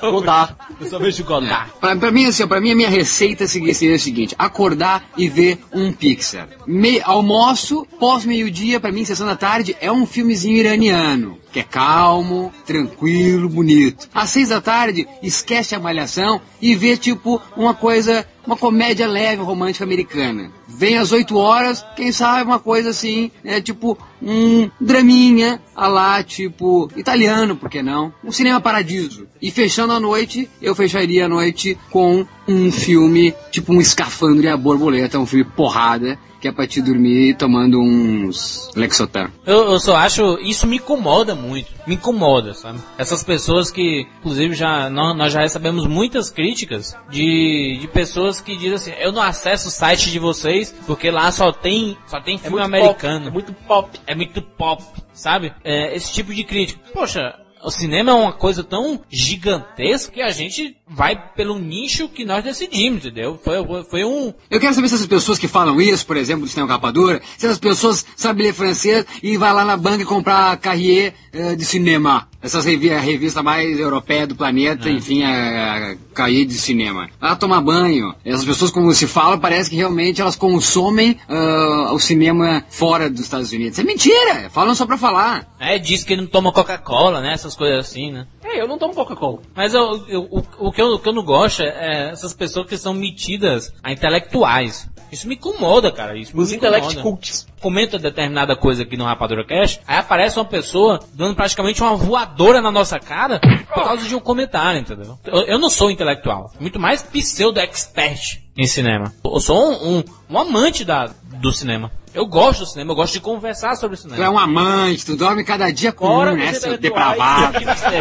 Eu só vejo Godard. Pra mim, assim, a minha receita seria a seguinte: acordar e ver um Pixar. Almoço, pós-meio-dia, pra mim, sessão da tarde, é um filmezinho iraniano, que é calmo, tranquilo, bonito. Às 6 da tarde, esquece a Malhação e vê, tipo, uma comédia leve, romântica americana. Vem às 8 horas, quem sabe uma coisa assim, tipo um draminha, tipo, italiano, por que não? Um cinema paradiso. E fechando a noite, eu fecharia a noite com um filme, tipo um Escafandro e a Borboleta, um filme porrada, que é pra te dormir tomando uns Lexotan. Eu só acho, isso me incomoda muito, me incomoda, sabe? Essas pessoas que, inclusive, nós já recebemos muitas críticas de pessoas que dizem assim, eu não acesso o site de vocês, porque lá só tem filme americano. É muito pop, sabe? Esse tipo de crítica. Poxa, o cinema é uma coisa tão gigantesca que a gente vai pelo nicho que nós decidimos, entendeu? Foi um... Eu quero saber se essas pessoas que falam isso, por exemplo, do cinema capa dura, se essas pessoas sabem ler francês e vai lá na banca e comprar Carrier de cinema. Essas revistas mais europeias do planeta, enfim, a Carrier de cinema. Vai lá tomar banho. Essas pessoas, como se fala, parece que realmente elas consomem o cinema fora dos Estados Unidos. É mentira! Falam só pra falar. Diz que ele não toma Coca-Cola, né? Essas coisas assim, né? Eu não tomo Coca-Cola. Mas o que eu não gosto é essas pessoas que são metidas a intelectuais. Isso me incomoda, cara. Os intellect cults. Comenta determinada coisa aqui no Rapadura Cast, aí aparece uma pessoa dando praticamente uma voadora na nossa cara por causa de um comentário, entendeu? Eu não sou intelectual. Muito mais pseudo-expert em cinema. Eu sou um amante do cinema. Eu gosto do cinema, eu gosto de conversar sobre o cinema. Tu é um amante, tu dorme cada dia com um, né, seu depravado.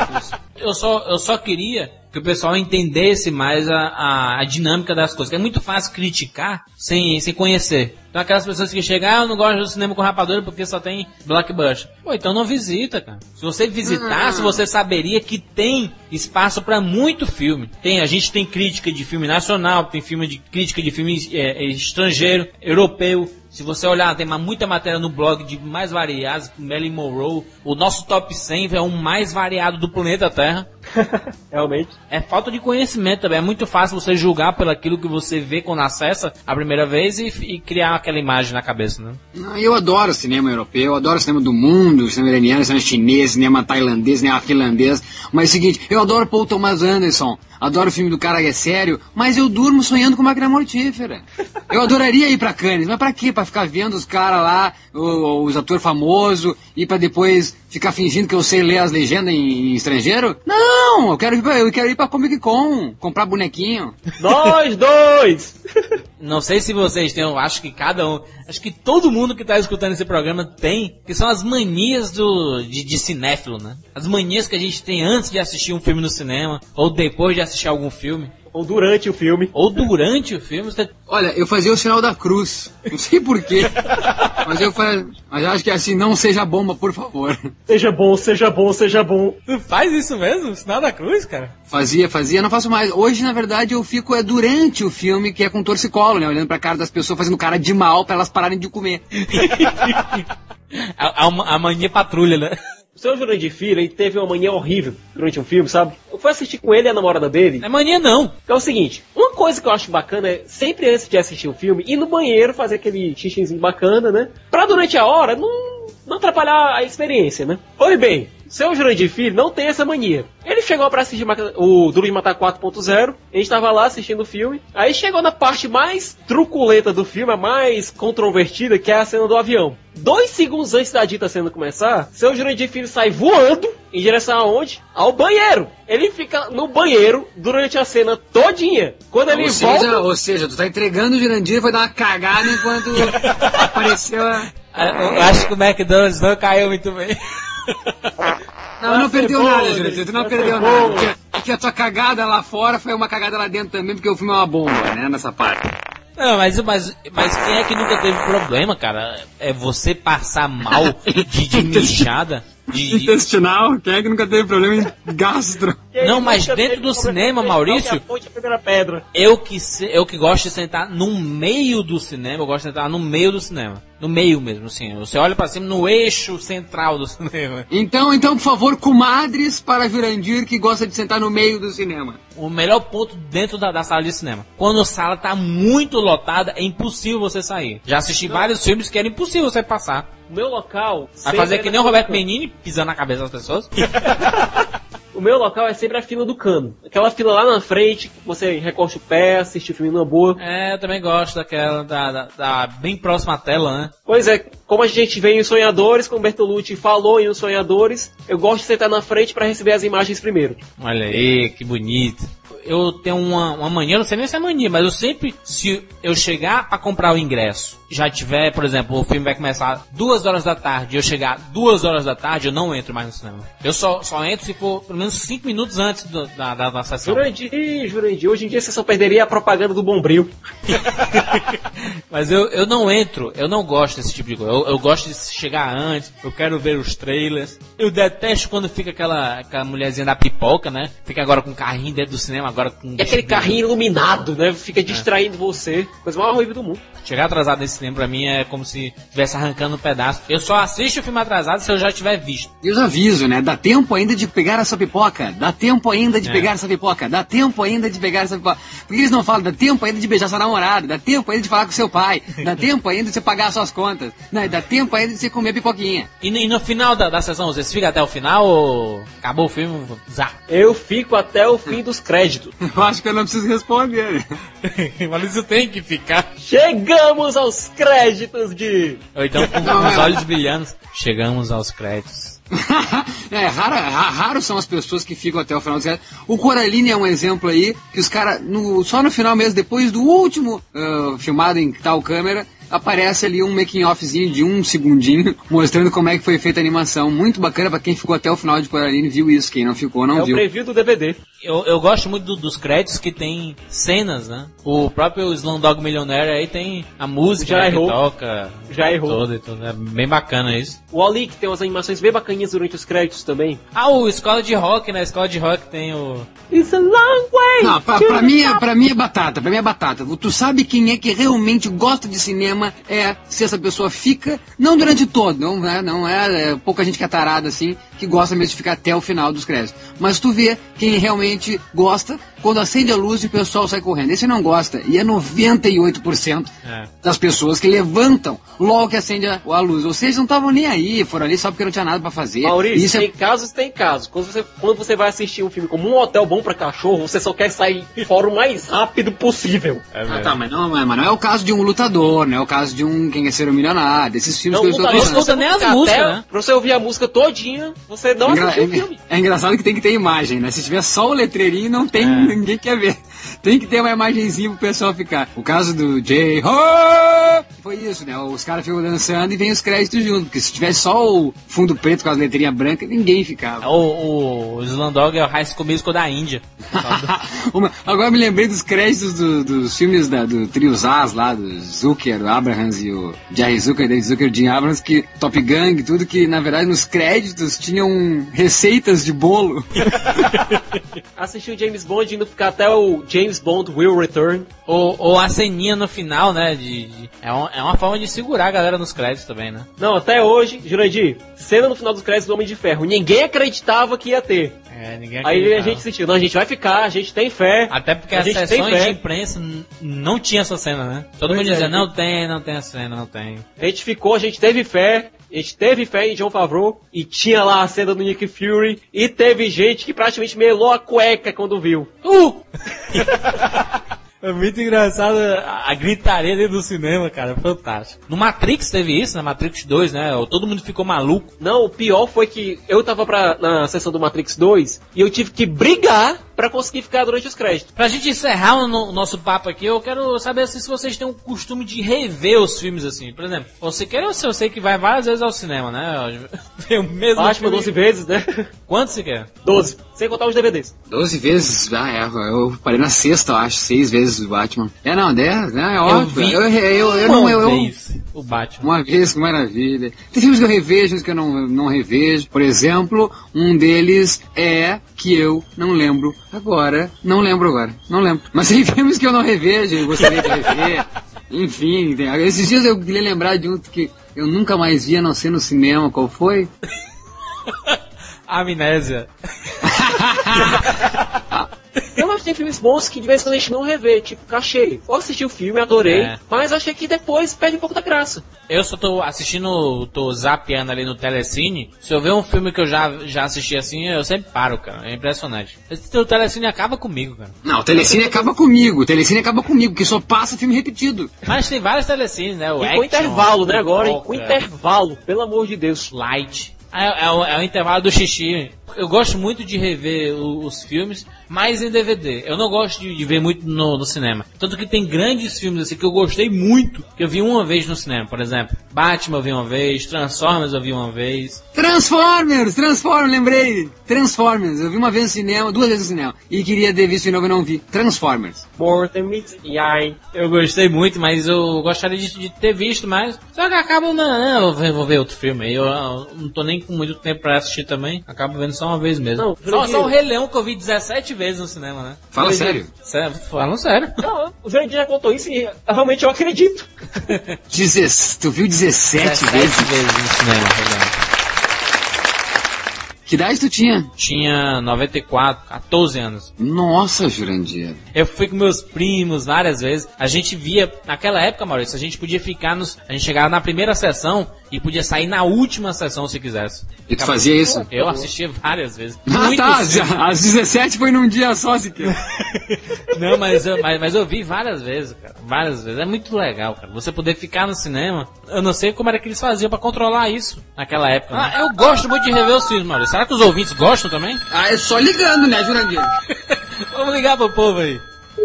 Eu só queria que o pessoal entendesse mais a dinâmica das coisas. Que é muito fácil criticar sem conhecer. Então aquelas pessoas que chegam, eu não gosto do cinema com rapadura porque só tem blockbuster. Então não visita, cara. Se você visitasse, você saberia que tem espaço para muito filme. A gente tem crítica de filme nacional, tem crítica de filme estrangeiro, europeu. Se você olhar, tem muita matéria no blog de mais variados, Marilyn Monroe. O nosso top 100 é o mais variado do planeta Terra. Realmente. É falta de conhecimento também. É muito fácil você julgar pelo aquilo que você vê quando acessa a primeira vez e criar aquela imagem na cabeça, né? Eu adoro cinema europeu, eu adoro cinema do mundo, cinema iraniano, cinema chinês, cinema tailandês, cinema finlandês. Mas é o seguinte, eu adoro Paul Thomas Anderson, adoro o filme do cara que é sério, mas eu durmo sonhando com Máquina Mortífera. Eu adoraria ir pra Cannes, mas pra quê? Pra ficar vendo os caras lá, os atores famosos, e pra depois ficar fingindo que eu sei ler as legendas em estrangeiro? Não, eu quero ir pra Comic Con, comprar bonequinho. Nós dois! não sei se vocês têm, eu acho que acho que todo mundo que tá escutando esse programa tem, que são as manias de cinéfilo, né? As manias que a gente tem antes de assistir um filme no cinema, ou depois de assistir algum filme. Ou durante o filme. Você... Olha, eu fazia o sinal da cruz. Não sei porquê. Mas eu acho que é assim, não seja bomba, por favor. Seja bom, seja bom, seja bom. Tu faz isso mesmo? O sinal da cruz, cara? Fazia, não faço mais. Hoje, na verdade, eu fico durante o filme, que é com torcicolo, né? Olhando pra cara das pessoas, fazendo cara de mal pra elas pararem de comer. a mania patrulha, né? O seu Jurandir Filho, ele teve uma mania horrível durante um filme, sabe? Eu fui assistir com ele e a namorada dele. Não é mania, não. É o seguinte, uma coisa que eu acho bacana é, sempre antes de assistir o filme, ir no banheiro, fazer aquele xixizinho bacana, né? Pra durante a hora não atrapalhar a experiência, né? Pois bem, o seu Jurandir Filho não tem essa mania. Ele chegou pra assistir o Duro de Matar 4.0, a gente tava lá assistindo o filme, aí chegou na parte mais truculenta do filme, a mais controvertida, que é a cena do avião. 2 segundos antes da dita cena começar, seu Jurandir Filho sai voando em direção aonde? Ao banheiro. Ele fica no banheiro durante a cena todinha. Quando ele volta... Ou seja, tu tá entregando o Jurandir e vai dar uma cagada enquanto apareceu a... Eu acho que o McDonald's não caiu muito bem. Não perdeu nada, Jurandir, tu não perdeu nada. Porque a tua cagada lá fora foi uma cagada lá dentro também, porque o filme é uma bomba, né, nessa parte. Não, mas quem é que nunca teve problema, cara? É você passar mal de mijada? Intestinal? Quem é que nunca teve problema em gastro? Não, mas dentro do cinema, Maurício, eu que gosto de sentar no meio do cinema, eu gosto de sentar no meio do cinema. No meio mesmo, assim. Você olha pra cima no eixo central do cinema. Então, por favor, comadres para Jurandir que gosta de sentar no meio do cinema. O melhor ponto dentro da sala de cinema. Quando a sala tá muito lotada, é impossível você sair. Já assisti vários filmes que era impossível você passar. O meu local... Vai fazer que nem o Roberto Benigni, pisando na cabeça das pessoas. O meu local é sempre a fila do cano. Aquela fila lá na frente, você recosta o pé, assiste o filme numa boa. É, eu também gosto daquela, da bem próxima à tela, né? Pois é, como a gente vê em Os Sonhadores, como o Bertolucci falou em Os Sonhadores, eu gosto de sentar na frente para receber as imagens primeiro. Olha aí, que bonito. Eu tenho uma mania, não sei nem se é mania, mas eu sempre, se eu chegar pra comprar o ingresso, já tiver, por exemplo, o filme vai começar 2 horas da tarde, eu chegar 2 horas da tarde, eu não entro mais no cinema. Eu só entro se for pelo menos 5 minutos antes da sessão. Jurandir, hoje em dia você só perderia a propaganda do Bombril. Mas eu não entro, eu não gosto desse tipo de coisa. Eu gosto de chegar antes, eu quero ver os trailers. Eu detesto quando fica aquela mulherzinha da pipoca, né? Fica agora com o carrinho dentro do cinema, agora com... E aquele carrinho iluminado, né? Fica distraindo você. Coisa mais horrível do mundo. Chegar atrasado nesse cinema pra mim é como se estivesse arrancando um pedaço. Eu só assisto o filme atrasado se eu já tiver visto. Eu já aviso, né? Dá tempo ainda de pegar essa pipoca. Dá tempo ainda de pegar essa pipoca. Dá tempo ainda de pegar essa pipoca. Por que eles não falam? Dá tempo ainda de beijar sua namorada. Dá tempo ainda de falar com seu pai. Dá tempo ainda de você pagar suas contas. Não, dá tempo ainda de você comer pipoquinha. E no final da sessão, vocês ficam até o final ou acabou o filme? Zá. Eu fico até o fim dos créditos. Eu acho que eu não preciso responder. Mas isso tem que ficar. Chegamos aos créditos de... Ou então com os olhos brilhando. Chegamos aos créditos. Raro são as pessoas que ficam até o final dos créditos. O Coraline é um exemplo aí, que os caras, só no final mesmo, depois do último filmado em tal câmera, aparece ali um making-offzinho de 1 segundinho, mostrando como é que foi feita a animação. Muito bacana pra quem ficou até o final de Coraline, viu isso. Quem não ficou, não viu. É o preview do DVD. Eu gosto muito dos créditos que tem cenas, né? O próprio Slumdog Millionaire aí tem a música que toca. Já errou. Toda, é bem bacana isso. O Wall-E que tem umas animações bem bacaninhas durante os créditos também. O Escola de Rock, né? Escola de Rock tem o... It's a long way. Não, pra mim é batata. Pra mim é batata. Tu sabe quem é que realmente gosta de cinema se essa pessoa fica, não durante todo, não é pouca gente que é tarada assim, que gosta mesmo de ficar até o final dos créditos. Mas tu vê quem realmente gosta quando acende a luz e o pessoal sai correndo. Esse não gosta. E é 98% das pessoas que levantam logo que acende a luz. Ou seja, não estavam nem aí, foram ali só porque não tinha nada pra fazer. Maurício, tem casos. Quando você vai assistir um filme como Um Hotel Bom pra Cachorro, você só quer sair fora o mais rápido possível. Mas não é o caso de Um Lutador, não é o caso de um Quem Quer Ser um Milionário, desses filmes que eu estou falando. Não escuta nem as músicas, né? Pra você ouvir a música todinha, você não assistiu o filme. É engraçado que tem que ter imagem, né? Se tiver só o letreirinho, não tem ninguém quer ver. Tem que ter uma imagenzinha pro pessoal ficar. O caso do J-Ho! Foi isso, né? Os caras ficam dançando e vem os créditos junto. Porque se tivesse só o fundo preto com as letrinhas brancas, ninguém ficava. O Slumdog é o High School Musical da Índia. Agora me lembrei dos créditos dos filmes do trio Zaz lá, do Zucker, o Abrahams e o Jerry Zucker, David Zucker, Jim Abrams, que Top Gang, tudo que na verdade nos créditos tinham receitas de bolo. Assistir o James Bond indo ficar até o James Bond Will Return. Ou a ceninha no final, né? É uma forma de segurar a galera nos créditos também, né? Não, até hoje, Jurandir, cena no final dos créditos do Homem de Ferro. Ninguém acreditava que ia ter. Ninguém acreditava. Aí a gente sentiu, não, a gente vai ficar, a gente tem fé. Até porque as sessões de imprensa não tinha essa cena, né? Todo mundo dizia, não tem a cena, não tem. A gente ficou, a gente teve fé. A gente teve fé em Jon Favreau e tinha lá a cena do Nick Fury e teve gente que praticamente melou a cueca quando viu. É muito engraçado a gritaria dentro do cinema, cara, fantástico. No Matrix teve isso, na Matrix 2, né? Todo mundo ficou maluco. Não, o pior foi que eu tava na sessão do Matrix 2 e eu tive que brigar pra conseguir ficar durante os créditos. Pra gente encerrar o nosso papo aqui, eu quero saber assim, se vocês têm o costume de rever os filmes assim. Por exemplo, eu sei que vai várias vezes ao cinema, né? Ver o mesmo Batman 12 vezes, né? Quanto você quer? 12, sem contar os DVDs. 12 vezes? Eu parei na sexta, eu acho, 6 vezes o Batman. 10, né? É ótimo. Eu vez o Batman. Uma vez, que maravilha. Tem filmes que eu revejo, filmes que eu não revejo. Por exemplo, um deles é que eu não lembro agora. Não lembro. Mas tem filmes que eu não revejo, eu gostaria de rever. Enfim, esses dias eu queria lembrar de um que eu nunca mais vi, a não ser no cinema. Qual foi? Amnésia. Eu acho que tem filmes bons que de vez em quando a gente não revê, tipo Cachê. Eu assisti o filme, adorei, mas achei que depois perde um pouco da graça. Eu só tô assistindo, tô zapeando ali no Telecine. Se eu ver um filme que eu já assisti assim, eu sempre paro, cara. É impressionante. O Telecine acaba comigo, cara. Não, o Telecine acaba comigo. porque só passa filme repetido. Mas tem vários Telecines, né? E com intervalo, né, agora? Com intervalo, pelo amor de Deus. Light. É o intervalo do xixi. Eu gosto muito de rever os filmes, mas em DVD. Eu não gosto de ver muito no cinema. Tanto que tem grandes filmes assim que eu gostei muito, que eu vi uma vez no cinema. Por exemplo, Batman eu vi uma vez, Transformers eu vi uma vez. Transformers, lembrei. Transformers, eu vi uma vez no cinema, 2 vezes no cinema. E queria ter visto de novo e não vi. Transformers. More than meets the eye. Eu gostei muito, mas eu gostaria de ter visto mais. Só que acabo, eu vou ver outro filme aí. Eu não tô nem com muito tempo pra assistir também. Acabo vendo só uma vez mesmo. Não, só o Rei Leão que eu vi 17 vezes no cinema, né? Fala sério. Falam sério. Não, o Jurandir já contou isso e realmente eu acredito. Tu viu 17 vezes? 17 vezes no cinema, verdade. Que idade tu tinha? Tinha 94, 14 anos. Nossa, Jurandir. Eu fui com meus primos várias vezes. A gente via, naquela época, Maurício, a gente podia ficar a gente chegava na primeira sessão e podia sair na última sessão se quisesse. E tu fazia isso? Eu assistia várias vezes. Às 17 foi num dia só, se quer. Não, mas eu vi várias vezes, cara. Várias vezes. É muito legal, cara. Você poder ficar no cinema. Eu não sei como era que eles faziam pra controlar isso naquela época. Né? Eu gosto muito de rever os filmes, Maurício. Será que os ouvintes gostam também? É só ligando, né, Jurandir? Vamos ligar pro povo aí.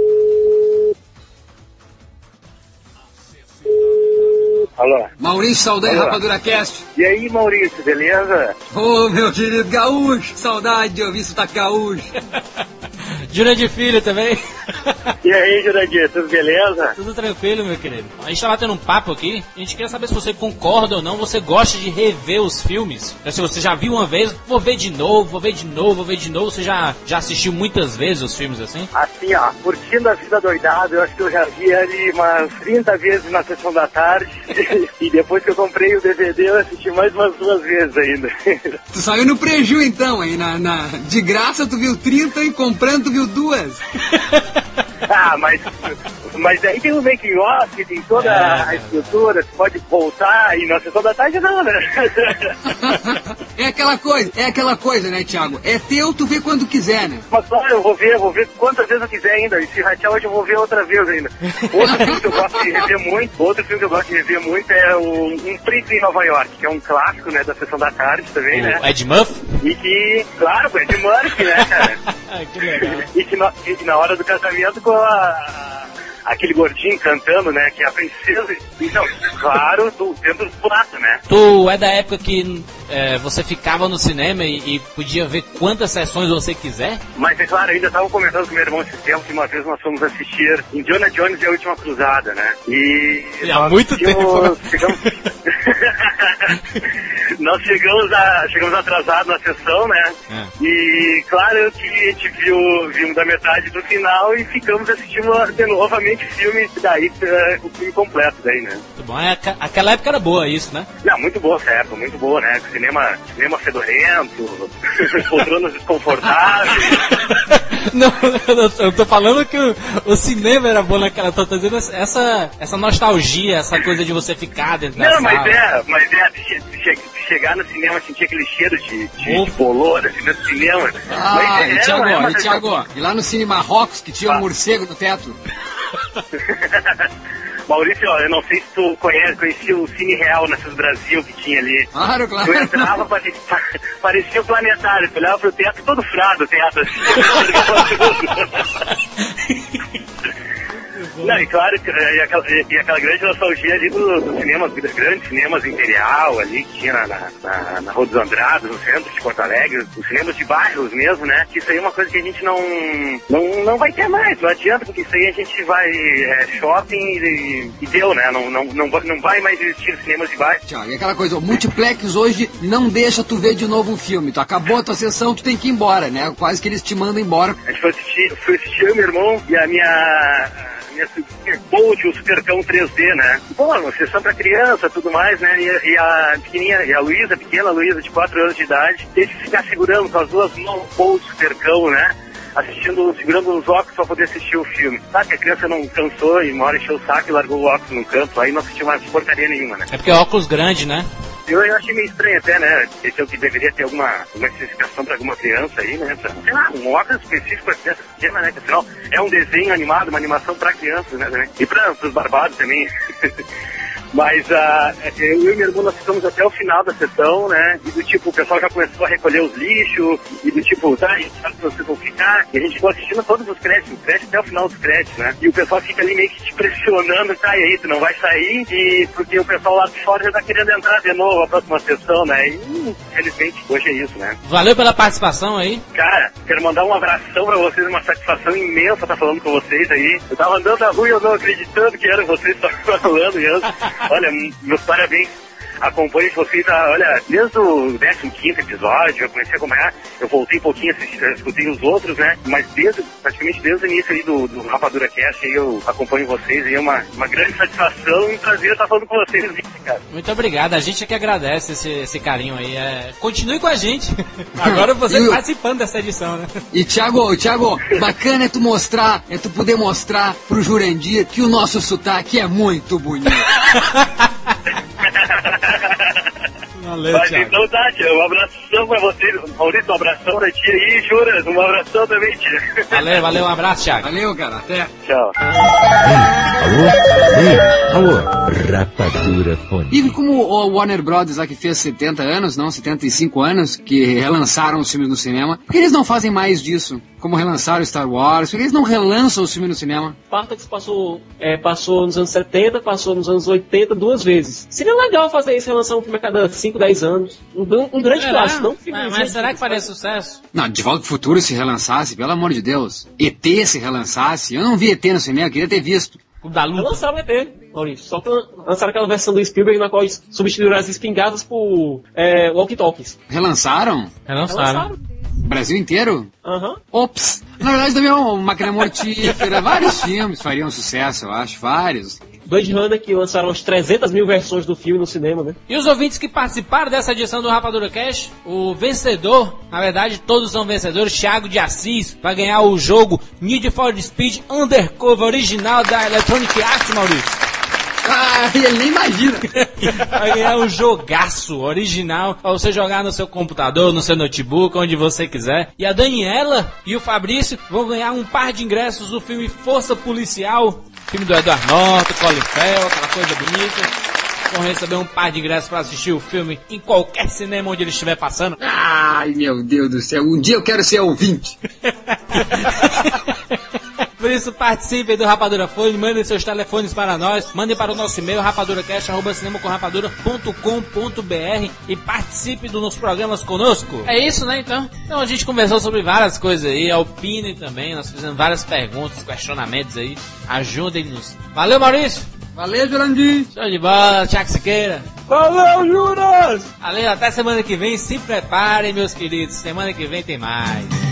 Alô? Maurício Saldanha, Rapadura Cast. E aí, Maurício, beleza? Ô, meu querido gaúcho, saudade de ouvir sotaque gaúcho. Jurandir Filho também. E aí, Jurandir, tudo beleza? Tudo tranquilo, meu querido. A gente tava tendo um papo aqui, a gente queria saber se você concorda ou não, você gosta de rever os filmes. Se você já viu uma vez, vou ver de novo, você já assistiu muitas vezes os filmes assim? Assim, ó, Curtindo a Vida Doidado, eu acho que eu já vi ali umas 30 vezes na sessão da tarde. E depois que eu comprei o DVD, eu assisti mais umas 2 vezes ainda. Tu saiu no preju então, aí de graça tu viu 30 e comprando tu viu 2. Ah, mas aí tem o making off, que tem toda a estrutura, você pode voltar e na sessão da tarde não, né? É aquela coisa, né, Thiago? É teu, tu vê quando quiser, né? Mas claro, eu vou ver quantas vezes eu quiser ainda. E se ratear hoje eu vou ver outra vez ainda. Outro filme que eu gosto de rever muito é Um Príncipe em Nova York, que é um clássico, né, da Sessão da Tarde também, né? Ed Murphy? E que, claro, o Ed Murphy, né, cara? Que legal. E que na hora do casamento com aquele gordinho cantando, né, que é a princesa, então, claro, dentro do prato, né? Tu é da época que você ficava no cinema e podia ver quantas sessões você quiser? Mas é claro, ainda estava comentando com meu irmão esse tempo que uma vez nós fomos assistir Indiana Jones e a Última Cruzada, né? E há muito tempo. Nós chegamos atrasados na sessão, né? E claro que a gente vimos da metade do final e ficamos assistindo novamente o filme, daí o filme completo daí, né? Muito bom, aquela época era boa isso, né? Não, muito boa essa época, muito boa, né? Cinema fedorento, poltronas desconfortáveis. Não, eu tô falando que o cinema era bom naquela, tô dizendo essa nostalgia, essa coisa de você ficar dentro da sala. Mas chegar no cinema, sentir aquele cheiro de bolor, assim, no cinema. Thiago, e lá no Cine Marrocos, que tinha um morcego no teto. Maurício, eu não sei se tu conhecia o Cine Real Nesses Brasil que tinha ali. Claro. Tu entrava, parecia um planetário, tu olhava pro teto todo furado, o teto assim. Não, e claro, e aquela grande nostalgia ali dos cinemas, grandes cinemas Imperial ali, que tinha na Rua dos Andrados, no centro de Porto Alegre, os cinemas de bairros mesmo, né? Que isso aí é uma coisa que a gente não vai ter mais, não adianta, porque isso aí a gente vai shopping e deu, né? Não vai mais existir cinemas de bairro. Tiago, e aquela coisa, o multiplex hoje não deixa tu ver de novo um filme, tu acabou a tua sessão, tu tem que ir embora, né? Quase que eles te mandam embora. A gente foi assistir eu, meu irmão e a minha Super Bold, o Supercão 3D, né? Bom, uma sessão pra criança, tudo mais, né? E a pequenininha, e a Luísa, pequena Luísa, de 4 anos de idade, teve que ficar segurando com as duas mãos Bold Supercão, né? Segurando os óculos pra poder assistir o filme. Sabe que a criança não cansou e uma hora encheu o saco e largou o óculos no canto, aí não assistiu mais porcaria nenhuma, né? É porque é óculos grande, né? Eu achei meio estranho até, né? Esse é o que deveria ter alguma especificação para alguma criança aí, né? Sei lá, um óculos específico para criança pequena, né? Que afinal é um desenho animado, uma animação para crianças, né? E para os barbados também. Mas eu e meu irmão, nós ficamos até o final da sessão, né? E do tipo, o pessoal já começou a recolher os lixos, e do tipo, tá, a gente sabe que vocês vão ficar, e a gente ficou assistindo todos os créditos até o final dos créditos, né? E o pessoal fica ali meio que te pressionando, tá, e aí, tu não vai sair, e porque o pessoal lá de fora já tá querendo entrar de novo na próxima sessão, né? E, infelizmente, hoje é isso, né? Valeu pela participação aí. Cara, quero mandar um abração pra vocês, uma satisfação imensa estar falando com vocês aí. Eu tava andando na rua e eu não acreditando que eram vocês que estavam falando mesmo. Olha, meus parabéns. Acompanho vocês, olha, desde o 15º episódio, eu comecei a acompanhar, eu voltei um pouquinho, escutei os outros, né? Mas praticamente desde o início aí do Rapadura Cast, aí eu acompanho vocês, aí é uma grande satisfação e um prazer estar falando com vocês, cara. Muito obrigado, a gente é que agradece esse carinho aí. Continue com a gente. Agora você participando dessa edição, né? E Thiago, bacana é tu poder mostrar pro Jurandir que o nosso sotaque é muito bonito. Valeu, mas Thiago. Então tá, tia, um abração pra vocês. Maurício, um abração pra ti aí, Juras, um abração também, tia. Valeu, um abraço, Thiago. Valeu, cara, até. Tchau. Alô, Rapadura Fone. E como o Warner Brothers lá que fez 75 anos, que relançaram os filmes no cinema, por que eles não fazem mais disso? Como relançaram Star Wars, por que eles não relançam os filmes no cinema? Spartacus passou nos anos 70, passou nos anos 80 duas vezes. Seria legal fazer isso, relançar um filme a cada 5, 10 anos. Um grande clássico, não um filme. Mas será que faria sucesso? Não, De Volta pro Futuro se relançasse, pelo amor de Deus. ET se relançasse, eu não vi ET no cinema, eu queria ter visto. O da luta. Lançaram ET, Maurício. Só que lançaram aquela versão do Spielberg na qual eles substituíram as espingardas por walkie-talkies. Relançaram? Relançaram. Brasil inteiro? Aham. Ops! Na verdade também é uma máquina mortífera. Vários filmes fariam sucesso, eu acho. Vários. Blade Runner, que lançaram as 300 mil versões do filme no cinema, né? E os ouvintes que participaram dessa edição do Rapadura Cash, o vencedor, na verdade todos são vencedores, Thiago de Assis, vai ganhar o jogo Need for Speed Undercover original da Electronic Arts, Maurício. Ah, ele nem imagina. Vai ganhar um jogaço original pra você jogar no seu computador, no seu notebook, onde você quiser. E a Daniela e o Fabrício vão ganhar um par de ingressos do filme Força Policial, filme do Edward Norton, Colin Farrell, aquela coisa bonita. Vão receber um par de ingressos pra assistir o filme em qualquer cinema onde ele estiver passando. Ai, meu Deus do céu, um dia eu quero ser ouvinte. Por isso, participem do Rapadura Fone, mandem seus telefones para nós, mandem para o nosso e-mail, rapaduracast@cinemacomrapadura.com.br e participe dos programas conosco. É isso, né, então? Então a gente conversou sobre várias coisas aí, opinem também, nós fizemos várias perguntas, questionamentos aí, ajudem-nos. Valeu, Maurício! Valeu, Jurandir! Show de bola, Thiago Siqueira! Valeu, Juras! Valeu, até semana que vem, se preparem, meus queridos, semana que vem tem mais.